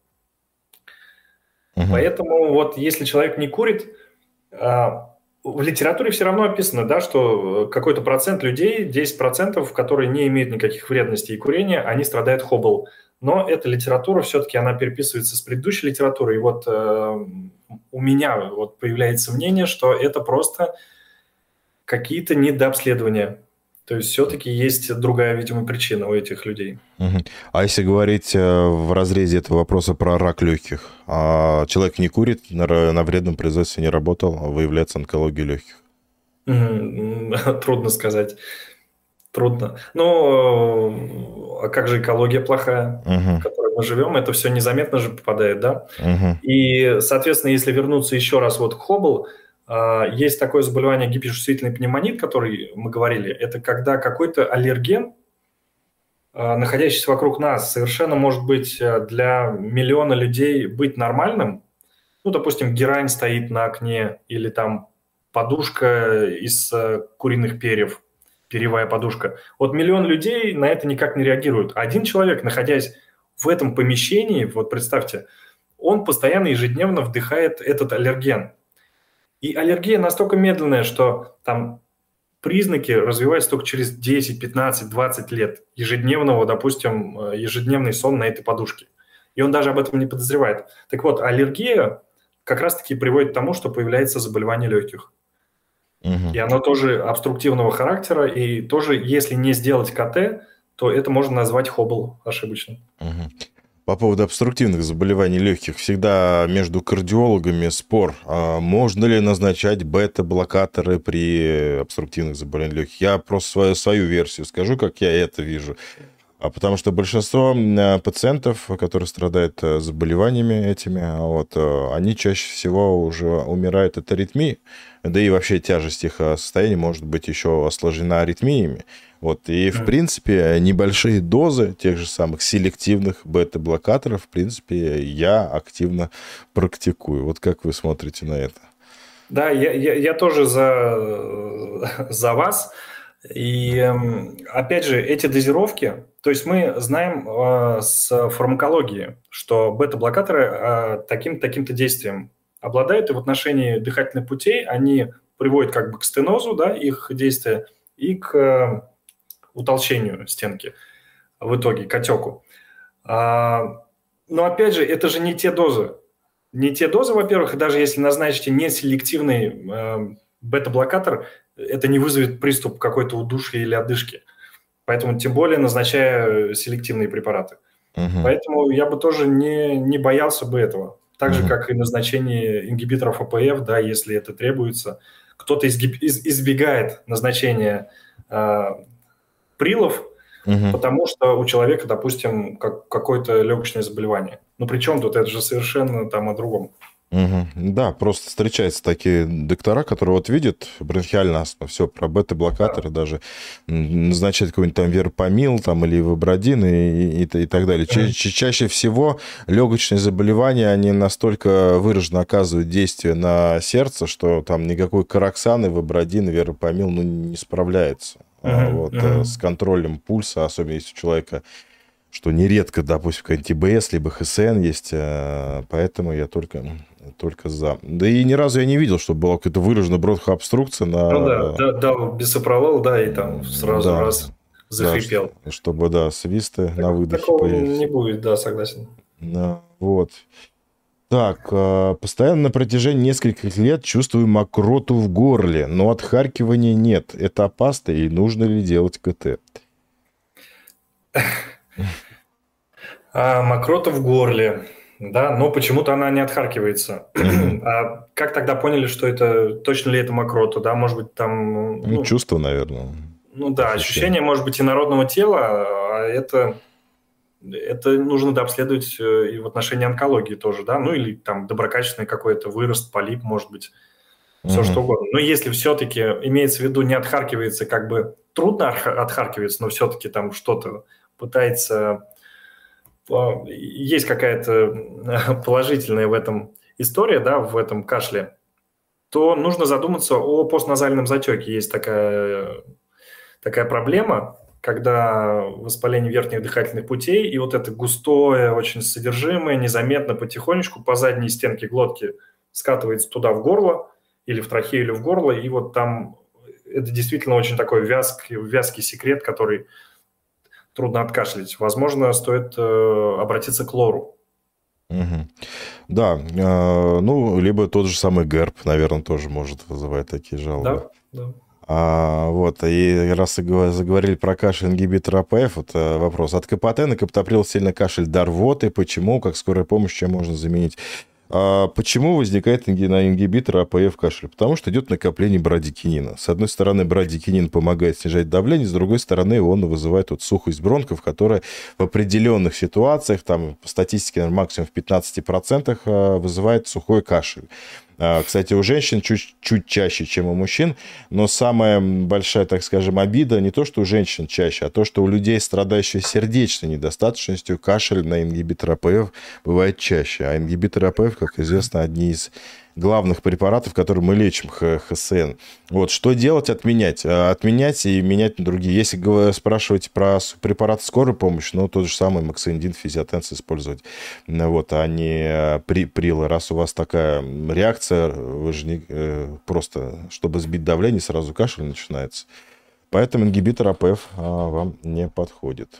Speaker 2: Поэтому вот если человек не курит, в литературе все равно описано, да, что какой-то процент людей, 10%, которые не имеют никаких вредностей и курения, они страдают хоббл. Но эта литература все-таки, она переписывается с предыдущей литературой. И вот у меня вот появляется мнение, что это просто какие-то недообследования. То есть все-таки есть другая, видимо, причина у этих людей.
Speaker 1: А если говорить в разрезе этого вопроса про рак легких, человек не курит, на вредном производстве не работал, выявляется онкология легких?
Speaker 2: Трудно сказать. Трудно. Ну, а как же экология плохая, в которой мы живем? Это все незаметно же попадает, да? И, соответственно, если вернуться еще раз вот к хоббл, есть такое заболевание гиперчувствительный пневмонит, который мы говорили. Это когда какой-то аллерген, находящийся вокруг нас, совершенно может быть для миллиона людей быть нормальным. Ну, допустим, герань стоит на окне или там подушка из куриных перьев, перьевая подушка. Вот миллион людей на это никак не реагируют. Один человек, находясь в этом помещении, вот представьте, он постоянно ежедневно вдыхает этот аллерген. И аллергия настолько медленная, что там признаки развиваются только через 10, 15, 20 лет ежедневного, допустим, ежедневный сон на этой подушке. И он даже об этом не подозревает. Так вот, аллергия как раз-таки приводит к тому, что появляется заболевание легких.
Speaker 1: Угу.
Speaker 2: И оно тоже обструктивного характера, и тоже, если не сделать КТ, то это можно назвать хоббл ошибочно.
Speaker 1: Угу. По поводу обструктивных заболеваний легких, всегда между кардиологами спор, можно ли назначать бета-блокаторы при обструктивных заболеваниях легких. Я просто свою версию скажу, как я это вижу. Потому что большинство пациентов, которые страдают заболеваниями этими, они чаще всего уже умирают от аритмии, да и вообще тяжесть их состояния может быть еще осложнена аритмиями. И, в принципе, небольшие дозы тех же самых селективных бета-блокаторов, в принципе, я активно практикую. Вот как вы смотрите на это?
Speaker 2: Да, я тоже за вас. И, опять же, эти дозировки, то есть мы знаем с фармакологии, что бета-блокаторы таким-то действием обладают, и в отношении дыхательных путей они приводят как бы к стенозу, да, их действия, и к утолщению стенки в итоге, к отеку. Но, опять же, это же не те дозы. Не те дозы, во-первых, даже если назначите неселективный бета-блокатор, это не вызовет приступ какой-то удушья или одышки. Поэтому тем более назначая селективные препараты.
Speaker 1: Угу.
Speaker 2: Поэтому я бы тоже не боялся бы этого. Так же, как и назначение ингибиторов АПФ, да, если это требуется. Кто-то избегает назначения прилов, потому что у человека, допустим, какое-то легочное заболевание. Но при чем тут? Это же совершенно там о другом.
Speaker 1: Да, просто встречаются такие доктора, которые видят бронхиальную астму, все про бета-блокаторы, даже назначают какой-нибудь там верапамил там, или вибрадин и так далее. Чаще всего легочные заболевания, они настолько выраженно оказывают действие на сердце, что там никакой кароксан, вибрадин, верапамил не справляется с контролем пульса, особенно если у человека, что нередко, допустим, ТБС, либо ХСН есть, поэтому я только за. Да и ни разу я не видел, чтобы была какая-то выраженная бронхообструкция на...
Speaker 2: дал бисопролол, да, и там сразу раз захрипел.
Speaker 1: Да, чтобы, свисты на выдохе
Speaker 2: такого
Speaker 1: появились.
Speaker 2: не будет, да, согласен.
Speaker 1: Так, постоянно на протяжении нескольких лет чувствую мокроту в горле, но отхаркивания нет. Это опасно и нужно ли делать КТ?
Speaker 2: Мокрота в горле, да, но почему-то она не отхаркивается. А как тогда поняли, что это, точно ли это мокрота, да, может быть, там...
Speaker 1: чувство, наверное.
Speaker 2: Ощущение, может быть, инородного тела, а это нужно дообследовать и в отношении онкологии тоже, да, или там доброкачественный какой-то вырост, полип, может быть, все что угодно. Но если все-таки имеется в виду не отхаркивается, как бы трудно отхаркивается, но все-таки там что-то пытается... Есть какая-то положительная в этом история, да, в этом кашле, то нужно задуматься о постназальном затеке. Есть такая проблема, когда воспаление верхних дыхательных путей, и это густое очень содержимое незаметно потихонечку по задней стенке глотки скатывается туда в горло, или в трахею, или в горло, и там это действительно очень такой вязкий секрет, который трудно откашлять. Возможно, стоит обратиться к лору.
Speaker 1: Да, либо тот же самый ГЭРБ, наверное, тоже может вызывать такие жалобы.
Speaker 2: Да.
Speaker 1: И раз заговорили про кашель ингибитор АПФ, вопрос. От КПТ на каптоприл сильно кашель до рвоты. Почему? Как скорая помощь, чем можно заменить? Почему возникает на ингибитор АПФ кашель? Потому что идет накопление брадикинина. С одной стороны, брадикинин помогает снижать давление, с другой стороны, он вызывает сухость бронхов, которая в определенных ситуациях, там по статистике максимум в 15% вызывает сухой кашель. Кстати, у женщин чуть чаще, чем у мужчин, но самая большая, так скажем, обида не то, что у женщин чаще, а то, что у людей, страдающих сердечной недостаточностью, кашель на ингибитор АПФ бывает чаще. А ингибиторы АПФ, как известно, одни из главных препаратов, которые мы лечим ХСН. Вот, что делать? Отменять. Отменять и менять на другие. Если вы спрашиваете про препараты скорой помощи, ну, тот же самый Максендин, физиотенс использовать, вот, а не прилы. Раз у вас такая реакция, вы же не просто, чтобы сбить давление, сразу кашель начинается. Поэтому ингибитор АПФ вам не подходит.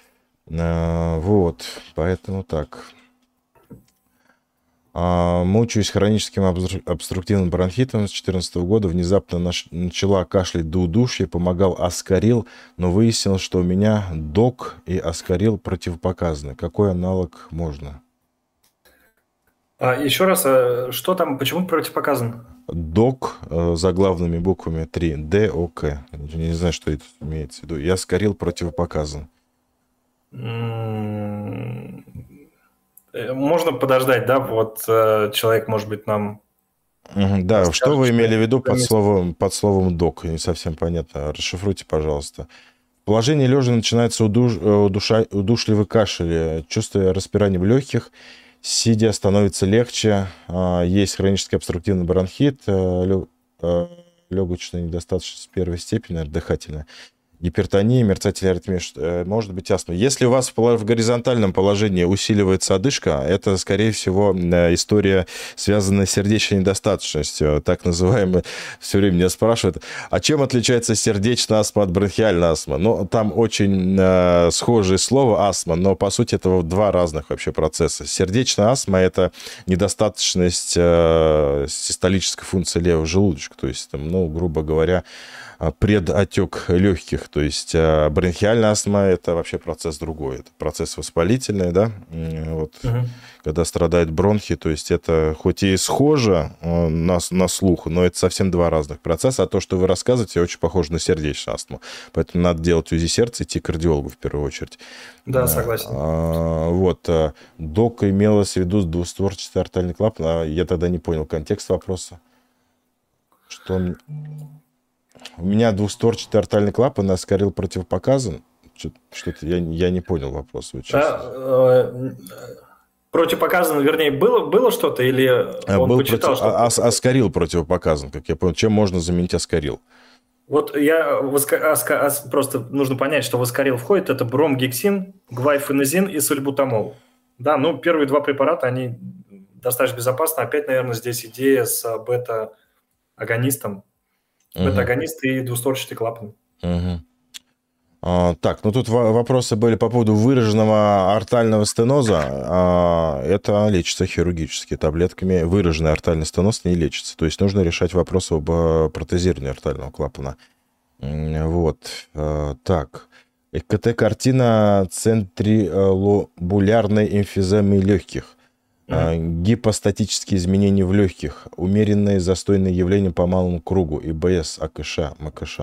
Speaker 1: Вот, поэтому так. Мучаюсь хроническим обструктивным бронхитом с 2014 года. Внезапно начала кашлять до удушья, помогал аскарил, но выяснилось, что у меня док и аскарил противопоказаны. Какой аналог можно?
Speaker 2: Еще раз, что там, почему противопоказан?
Speaker 1: Док заглавными буквами 3, ДОК. Не знаю, что это имеется в виду. И аскарил противопоказан.
Speaker 2: Можно подождать, да? Вот человек, может быть, нам...
Speaker 1: Да, расскажет, что вы имели в виду под словом док? Не совсем понятно. Расшифруйте, пожалуйста. В положении лежа начинается удушливый кашель, чувство распирания в легких, сидя становится легче, есть хронический обструктивный бронхит, легочная недостаточность первой степени, дыхательная. Гипертония, мерцательная аритмия, может быть астма. Если у вас в горизонтальном положении усиливается одышка, это, скорее всего, история, связанная с сердечной недостаточностью, так называемая. Все время меня спрашивают, а чем отличается сердечная астма от бронхиальной астмы? Ну, там очень схожее слово астма, но, по сути, это два разных вообще процесса. Сердечная астма – это недостаточность систолической функции левого желудочка, то есть, там, ну, грубо говоря, предотек легких, то есть бронхиальная астма – это вообще процесс другой, это процесс воспалительный, да, вот, когда страдают бронхи, то есть это хоть и схоже на слух, но это совсем два разных процесса, а то, что вы рассказываете, очень похоже на сердечную астму, поэтому надо делать УЗИ сердца, идти к кардиологу в первую очередь.
Speaker 2: Да, согласен.
Speaker 1: Вот, док имелось в виду двустворчатый артальный клапан, я тогда не понял контекст вопроса, что... У меня двустворчатый артальный клапан, аскарил противопоказан. Что-то я не понял вопрос.
Speaker 2: Противопоказан, вернее, было что-то или он почитал что-то?
Speaker 1: Аскарил противопоказан, как я понял. Чем можно заменить аскарил?
Speaker 2: Вот просто нужно понять, что в аскарил входит это бромгексин, гвайфеназин и сальбутамол. Да, ну первые два препарата, они достаточно безопасны. Опять, наверное, здесь идея с бета-агонистом. Бета-агонист и двустворчатый клапан.
Speaker 1: Так, ну тут вопросы были по поводу выраженного артального стеноза. Это лечится хирургически таблетками. Выраженный артальный стеноз не лечится. То есть нужно решать вопрос об протезировании артального клапана. Вот. Так. ЭКТ-картина центрилобулярной эмфиземы легких. Гипостатические изменения в легких, умеренные застойные явления по малому кругу, ИБС, АКШ, МКШ.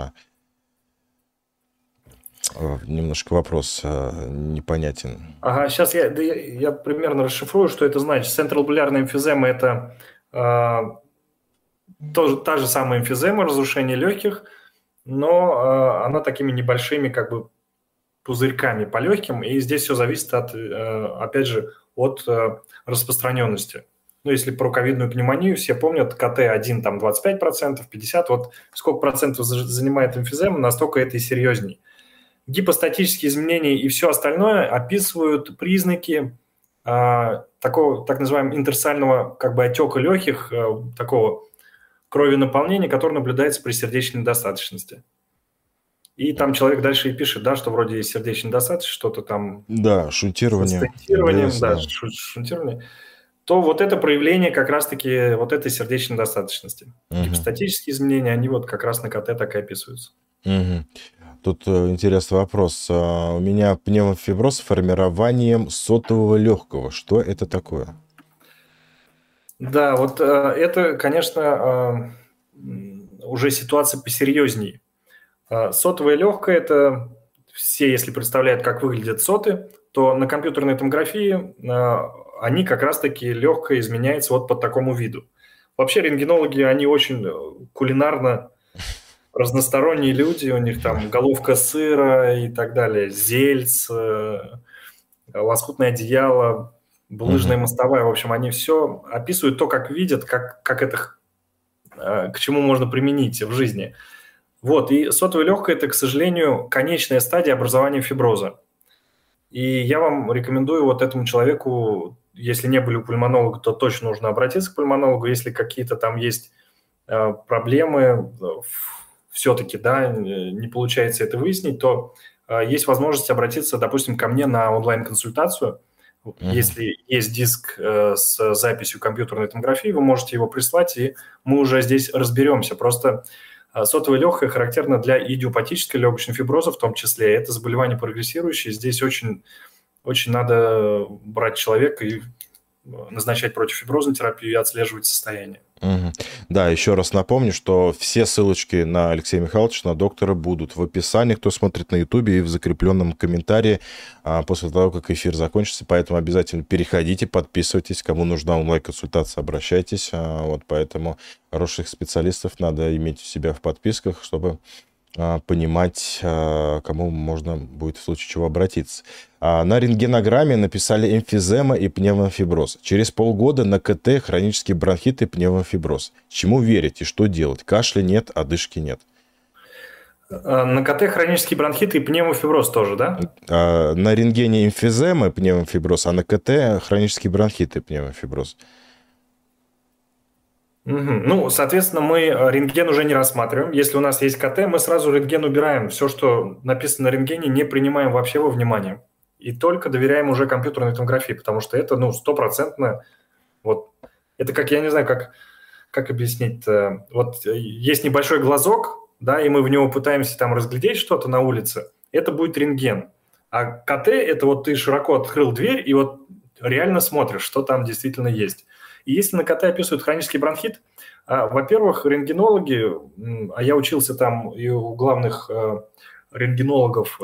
Speaker 1: Немножко вопрос непонятен.
Speaker 2: Ага, сейчас я примерно расшифрую, что это значит. Централобулярная эмфизема – это та же самая эмфизема, разрушение легких, но она такими небольшими как бы пузырьками по легким, и здесь все зависит опять же, от распространенности. Ну, если про ковидную пневмонию, все помнят, КТ-1 там 25%, 50%, вот сколько процентов занимает эмфизема, настолько это и серьезней. Гипостатические изменения и все остальное описывают признаки такого так называемого интерстиального как бы отека легких, такого кровенаполнения, который наблюдается при сердечной недостаточности. И там человек дальше и пишет, да, что вроде есть сердечная недостаточность, что-то там...
Speaker 1: Да, шунтирование.
Speaker 2: Шунтирование. То вот это проявление как раз-таки вот этой сердечной недостаточности. Гипостатические изменения, они вот как раз на КТ так и описываются.
Speaker 1: Тут интересный вопрос. У меня пневмофиброз с формированием сотового легкого. Что это такое?
Speaker 2: Да, вот это, конечно, уже ситуация посерьезней. Сотовое легкое – это все, если представляют, как выглядят соты, то на компьютерной томографии они как раз-таки легкое изменяются вот по такому виду. Вообще рентгенологи, они очень кулинарно разносторонние люди, у них там головка сыра и так далее, зельц, лоскутное одеяло, булыжная мостовая, в общем, они все описывают то, как видят, как это, к чему можно применить в жизни. Вот, и сотовая легкая – это, к сожалению, конечная стадия образования фиброза. И я вам рекомендую вот этому человеку, если не были у пульмонолога, то точно нужно обратиться к пульмонологу. Если какие-то там есть проблемы, все-таки, да, не получается это выяснить, то есть возможность обратиться, допустим, ко мне на онлайн-консультацию. Если есть диск с записью компьютерной томографии, вы можете его прислать, и мы уже здесь разберемся. Просто сотовая легкая характерна для идиопатической легочной фиброза в том числе. Это заболевание прогрессирующее. Здесь очень, очень надо брать человека и назначать противофиброзную терапию и отслеживать состояние.
Speaker 1: Да, еще раз напомню, что все ссылочки на Алексея Михайловича, на доктора будут в описании, кто смотрит на Ютубе, и в закрепленном комментарии после того, как эфир закончится. Поэтому обязательно переходите, подписывайтесь. Кому нужна онлайн-консультация, обращайтесь. Вот поэтому хороших специалистов надо иметь у себя в подписках, чтобы понимать, кому можно будет в случае чего обратиться. На рентгенограмме написали эмфизема и пневмофиброз. Через полгода на КТ хронический бронхит и пневмофиброз. Чему верить и что делать? Кашля нет, одышки нет.
Speaker 2: На КТ хронический бронхит и пневмофиброз тоже, да?
Speaker 1: На рентгене эмфизема и пневмофиброз, а на КТ хронический бронхит и пневмофиброз.
Speaker 2: Ну, соответственно, мы рентген уже не рассматриваем. Если у нас есть КТ, мы сразу рентген убираем. Все, что написано на рентгене, не принимаем вообще во внимание. И только доверяем уже компьютерной томографии, потому что это, стопроцентно... Вот, это как, я не знаю, как объяснить-то. Вот есть небольшой глазок, да, и мы в него пытаемся там разглядеть что-то на улице. Это будет рентген. А КТ – это вот ты широко открыл дверь и вот реально смотришь, что там действительно есть. И если на КТ описывают хронический бронхит, во-первых, рентгенологи, а я учился там и у главных рентгенологов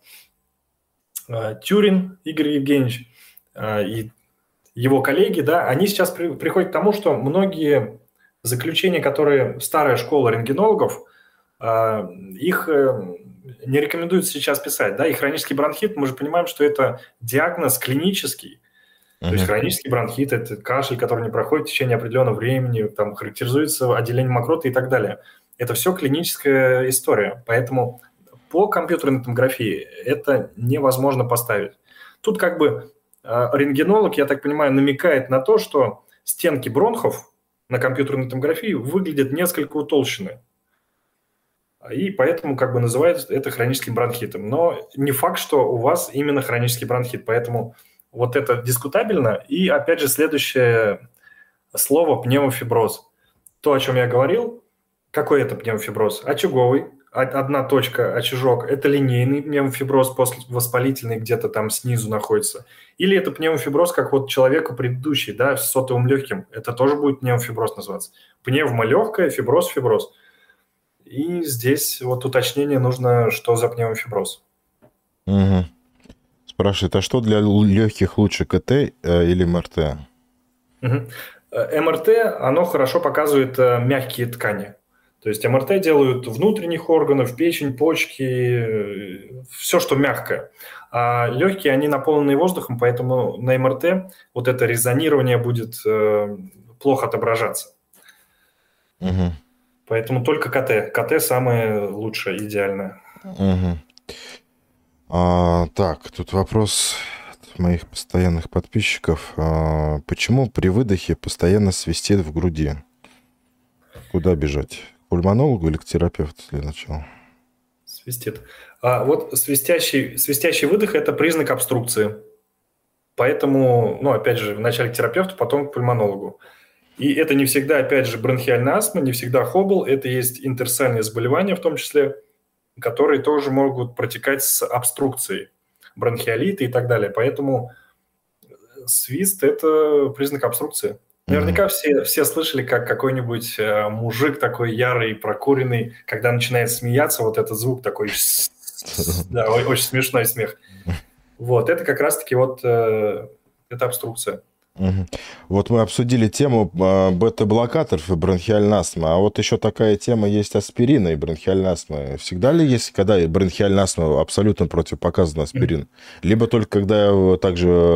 Speaker 2: Тюрин Игорь Евгеньевич и его коллеги, да, они сейчас приходят к тому, что многие заключения, которые старая школа рентгенологов, их не рекомендуется сейчас писать. Да, и хронический бронхит, мы же понимаем, что это диагноз клинический. То есть хронический бронхит – это кашель, который не проходит в течение определенного времени, там характеризуется отделением мокроты и так далее. Это все клиническая история, поэтому по компьютерной томографии это невозможно поставить. Тут как бы рентгенолог, я так понимаю, намекает на то, что стенки бронхов на компьютерной томографии выглядят несколько утолщены. И поэтому как бы называют это хроническим бронхитом. Но не факт, что у вас именно хронический бронхит, поэтому... Вот это дискутабельно. И, опять же, следующее слово – пневмофиброз. То, о чем я говорил, какой это пневмофиброз? Очаговый, одна точка, очажок – это линейный пневмофиброз, воспалительный где-то там снизу находится. Или это пневмофиброз, как вот человека предыдущий, да, с сотовым легким. Это тоже будет пневмофиброз называться. Пневмолегкая, фиброз. И здесь вот уточнение нужно, что за пневмофиброз.
Speaker 1: Угу. Спрашивает, а что для легких лучше, КТ или МРТ?
Speaker 2: МРТ, оно хорошо показывает мягкие ткани. То есть МРТ делают внутренних органов, печень, почки, все, что мягкое. А легкие, они наполнены воздухом, поэтому на МРТ вот это резонирование будет плохо отображаться. Поэтому только КТ. КТ самое лучшее, идеальное.
Speaker 1: Так, тут вопрос от моих постоянных подписчиков. Почему при выдохе постоянно свистит в груди? Куда бежать? К пульмонологу или к терапевту для начала?
Speaker 2: Свистит. Вот свистящий выдох – это признак обструкции. Поэтому, опять же, вначале к терапевту, потом к пульмонологу. И это не всегда, опять же, бронхиальная астма, не всегда хобл. Это есть интерстициальные заболевания в том числе, которые тоже могут протекать с обструкцией, бронхиолиты и так далее. Поэтому свист – это признак обструкции. Наверняка все слышали, как какой-нибудь мужик такой ярый, прокуренный, когда начинает смеяться, вот этот звук такой, да, очень смешной смех. Вот, это как раз-таки вот это обструкция.
Speaker 1: Вот мы обсудили тему бета-блокаторов и бронхиальной астмы, а вот еще такая тема есть аспирина и бронхиальная астма. Всегда ли есть, когда бронхиальная астма абсолютно противопоказана аспирин? Либо только когда также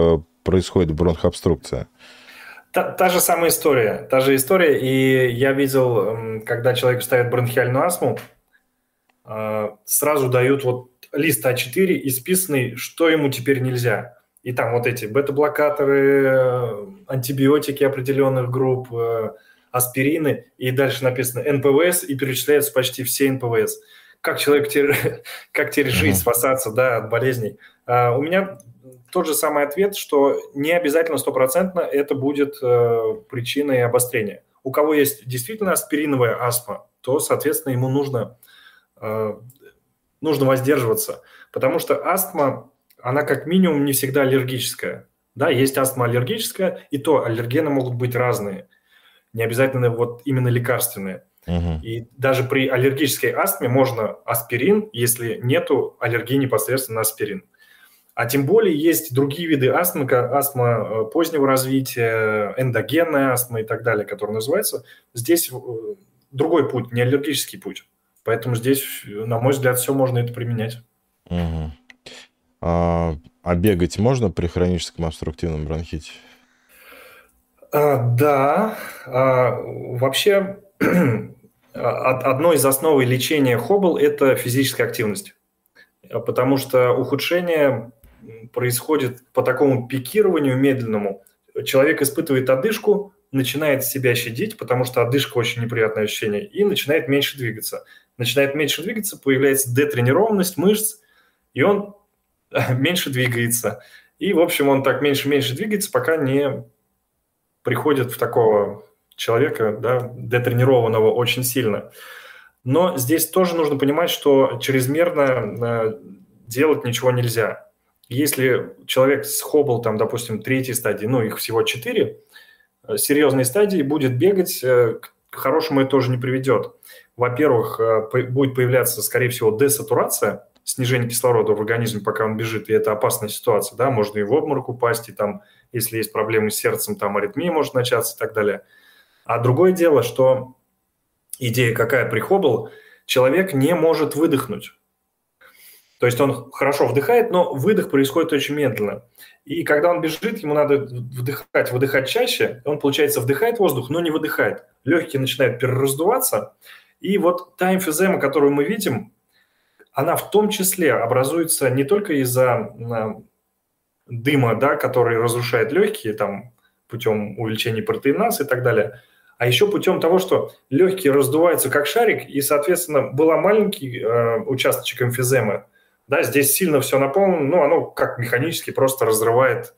Speaker 1: происходит бронхообструкция?
Speaker 2: Та же самая история. Та же история. И я видел, когда человеку ставят бронхиальную астму, сразу дают вот лист А4 исписанный, что ему теперь нельзя. И там вот эти бета-блокаторы, антибиотики определенных групп, аспирины, и дальше написано НПВС, и перечисляются почти все НПВС. Как теперь жить, спасаться, да, от болезней? У меня тот же самый ответ, что не обязательно стопроцентно это будет причиной обострения. У кого есть действительно аспириновая астма, то, соответственно, ему нужно воздерживаться, потому что астма, она как минимум не всегда аллергическая. Да, есть астма аллергическая, и то аллергены могут быть разные, не обязательно вот именно лекарственные. И даже при аллергической астме можно аспирин, если нету аллергии непосредственно на аспирин. А тем более есть другие виды астмы, как астма позднего развития, эндогенная астма и так далее, которые называются. Здесь другой путь, не аллергический путь. Поэтому здесь, на мой взгляд, все можно это применять.
Speaker 1: А бегать можно при хроническом обструктивном бронхите?
Speaker 2: Да. Вообще, одной из основ лечения Хоббл – это физическая активность. Потому что ухудшение происходит по такому пикированию медленному. Человек испытывает одышку, начинает себя щадить, потому что одышка очень неприятное ощущение, и начинает меньше двигаться. Появляется детренированность мышц, и он меньше двигается. И, в общем, он так меньше двигается, пока не приходит в такого человека, да, детренированного очень сильно. Но здесь тоже нужно понимать, что чрезмерно делать ничего нельзя. Если человек с Хоббл, там, допустим, 3-й стадии, ну, их всего 4, серьезной стадии, будет бегать, к хорошему это тоже не приведет. Во-первых, будет появляться, скорее всего, десатурация, снижение кислорода в организме, пока он бежит, и это опасная ситуация, да, можно и в обморок упасть, и там, если есть проблемы с сердцем, там аритмия может начаться и так далее. А другое дело, что идея какая при Хоббл, человек не может выдохнуть. То есть он хорошо вдыхает, но выдох происходит очень медленно. И когда он бежит, ему надо выдыхать чаще. Он, получается, вдыхает воздух, но не выдыхает. Легкие начинают перераздуваться. И вот та эмфизема, которую мы видим, она в том числе образуется не только из-за дыма, да, который разрушает легкие, там, путем увеличения протеиназы и так далее, а еще путем того, что легкие раздуваются как шарик, и, соответственно, был маленький участочек эмфиземы, да, здесь сильно все наполнено, ну, оно как механически просто разрывает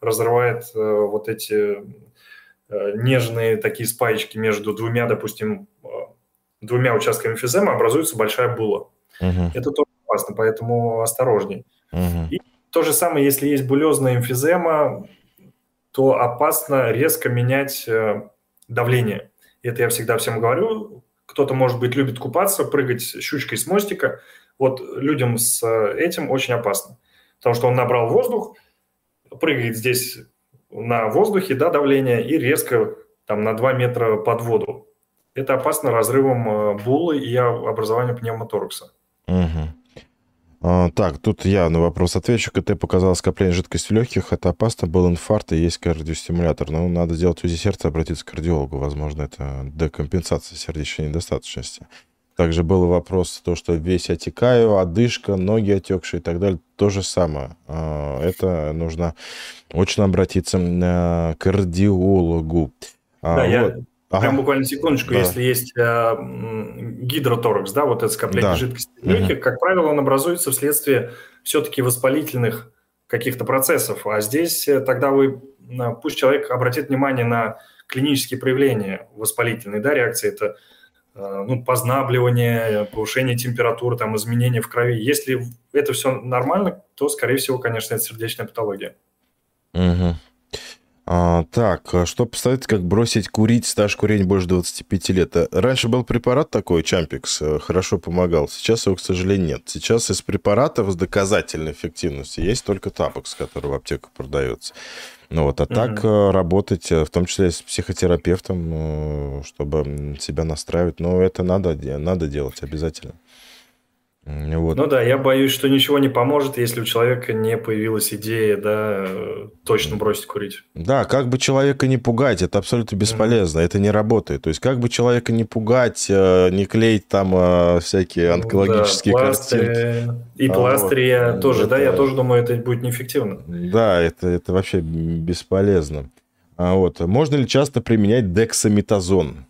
Speaker 2: вот эти нежные такие спаечки между двумя, допустим, двумя участками эмфиземы, образуется большая була. Это тоже опасно, поэтому осторожней. И то же самое, если есть булезная эмфизема, то опасно резко менять давление. Это я всегда всем говорю. Кто-то, может быть, любит купаться, прыгать щучкой с мостика. Вот людям с этим очень опасно. Потому что он набрал воздух, прыгает здесь на воздухе, да, давление, и резко там на 2 метра под воду. Это опасно разрывом буллы и образованием пневмоторакса.
Speaker 1: Так, тут я на вопрос отвечу. КТ показало скопление жидкости в легких. Это опасно, был инфаркт и есть кардиостимулятор. Но надо сделать УЗИ сердца, обратиться к кардиологу. Возможно, это декомпенсация сердечной недостаточности. Также был вопрос, то, что весь отекаю, одышка, ноги отекшие и так далее. То же самое. Это нужно очень обратиться к кардиологу.
Speaker 2: Да, прям буквально секундочку, да. Если есть гидроторакс, да, вот это скопление жидкости в легких, как правило, он образуется вследствие все-таки воспалительных каких-то процессов. А здесь тогда пусть человек обратит внимание на клинические проявления воспалительной, да, реакции. Это познабливание, повышение температуры, там, изменения в крови. Если это все нормально, то, скорее всего, конечно, это сердечная патология.
Speaker 1: Так, что посоветовать, как бросить курить, стаж курения больше 25 лет? Раньше был препарат такой, Чампикс, хорошо помогал. Сейчас его, к сожалению, нет. Сейчас из препаратов с доказательной эффективностью есть только Тапокс, который в аптеках продается. Так работать, в том числе с психотерапевтом, чтобы себя настраивать. Но это надо делать обязательно. Вот.
Speaker 2: Ну да, я боюсь, что ничего не поможет, если у человека не появилась идея, да, точно бросить курить.
Speaker 1: Да, как бы человека не пугать, это абсолютно бесполезно, это не работает. То есть как бы человека не пугать, не клеить там всякие онкологические
Speaker 2: Да,
Speaker 1: картинки.
Speaker 2: и пластыри я тоже, да, я тоже думаю, это будет неэффективно.
Speaker 1: Да, это вообще бесполезно. Вот. Можно ли часто применять дексаметазон?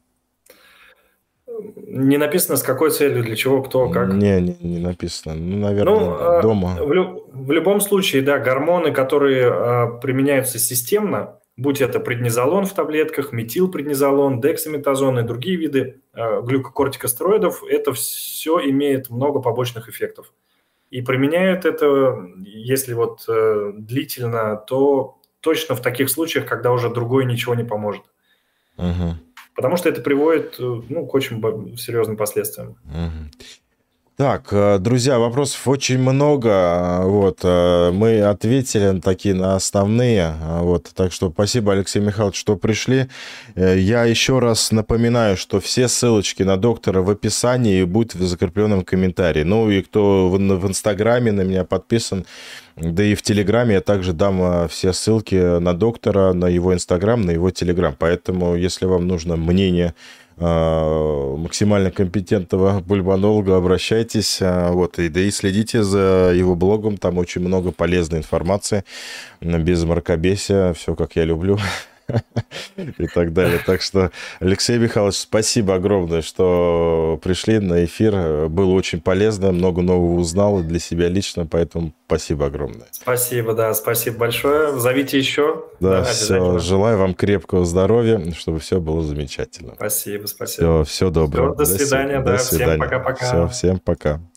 Speaker 2: Не написано, с какой целью, для чего, кто, как.
Speaker 1: Не написано. Ну, наверное, дома.
Speaker 2: В любом случае, да, гормоны, которые применяются системно, будь это преднизолон в таблетках, метилпреднизолон, дексаметазон и другие виды глюкокортикостероидов, это все имеет много побочных эффектов. И применяют это, если вот длительно, то точно в таких случаях, когда уже другой ничего не поможет.
Speaker 1: Угу.
Speaker 2: Потому что это приводит к очень серьезным последствиям.
Speaker 1: Так, друзья, вопросов очень много. Вот, мы ответили на основные. Вот, так что спасибо, Алексей Михайлович, что пришли. Я еще раз напоминаю, что все ссылочки на доктора в описании и будут в закрепленном комментарии. Ну и кто в Инстаграме на меня подписан, да и в Телеграме я также дам все ссылки на доктора, на его Инстаграм, на его Телеграм. Поэтому, если вам нужно мнение максимально компетентного пульмонолога, обращайтесь, вот, да и следите за его блогом, там очень много полезной информации, без мракобесия, все как я люблю и так далее. Так что, Алексей Михайлович, спасибо огромное, что пришли на эфир, было очень полезно, много нового узнал для себя лично, поэтому спасибо огромное.
Speaker 2: Спасибо, да, спасибо большое. Зовите еще.
Speaker 1: Да, все, желаю вам крепкого здоровья, чтобы все было замечательно.
Speaker 2: Спасибо.
Speaker 1: Все доброго.
Speaker 2: До свидания, да, всем пока-пока.
Speaker 1: Всем пока.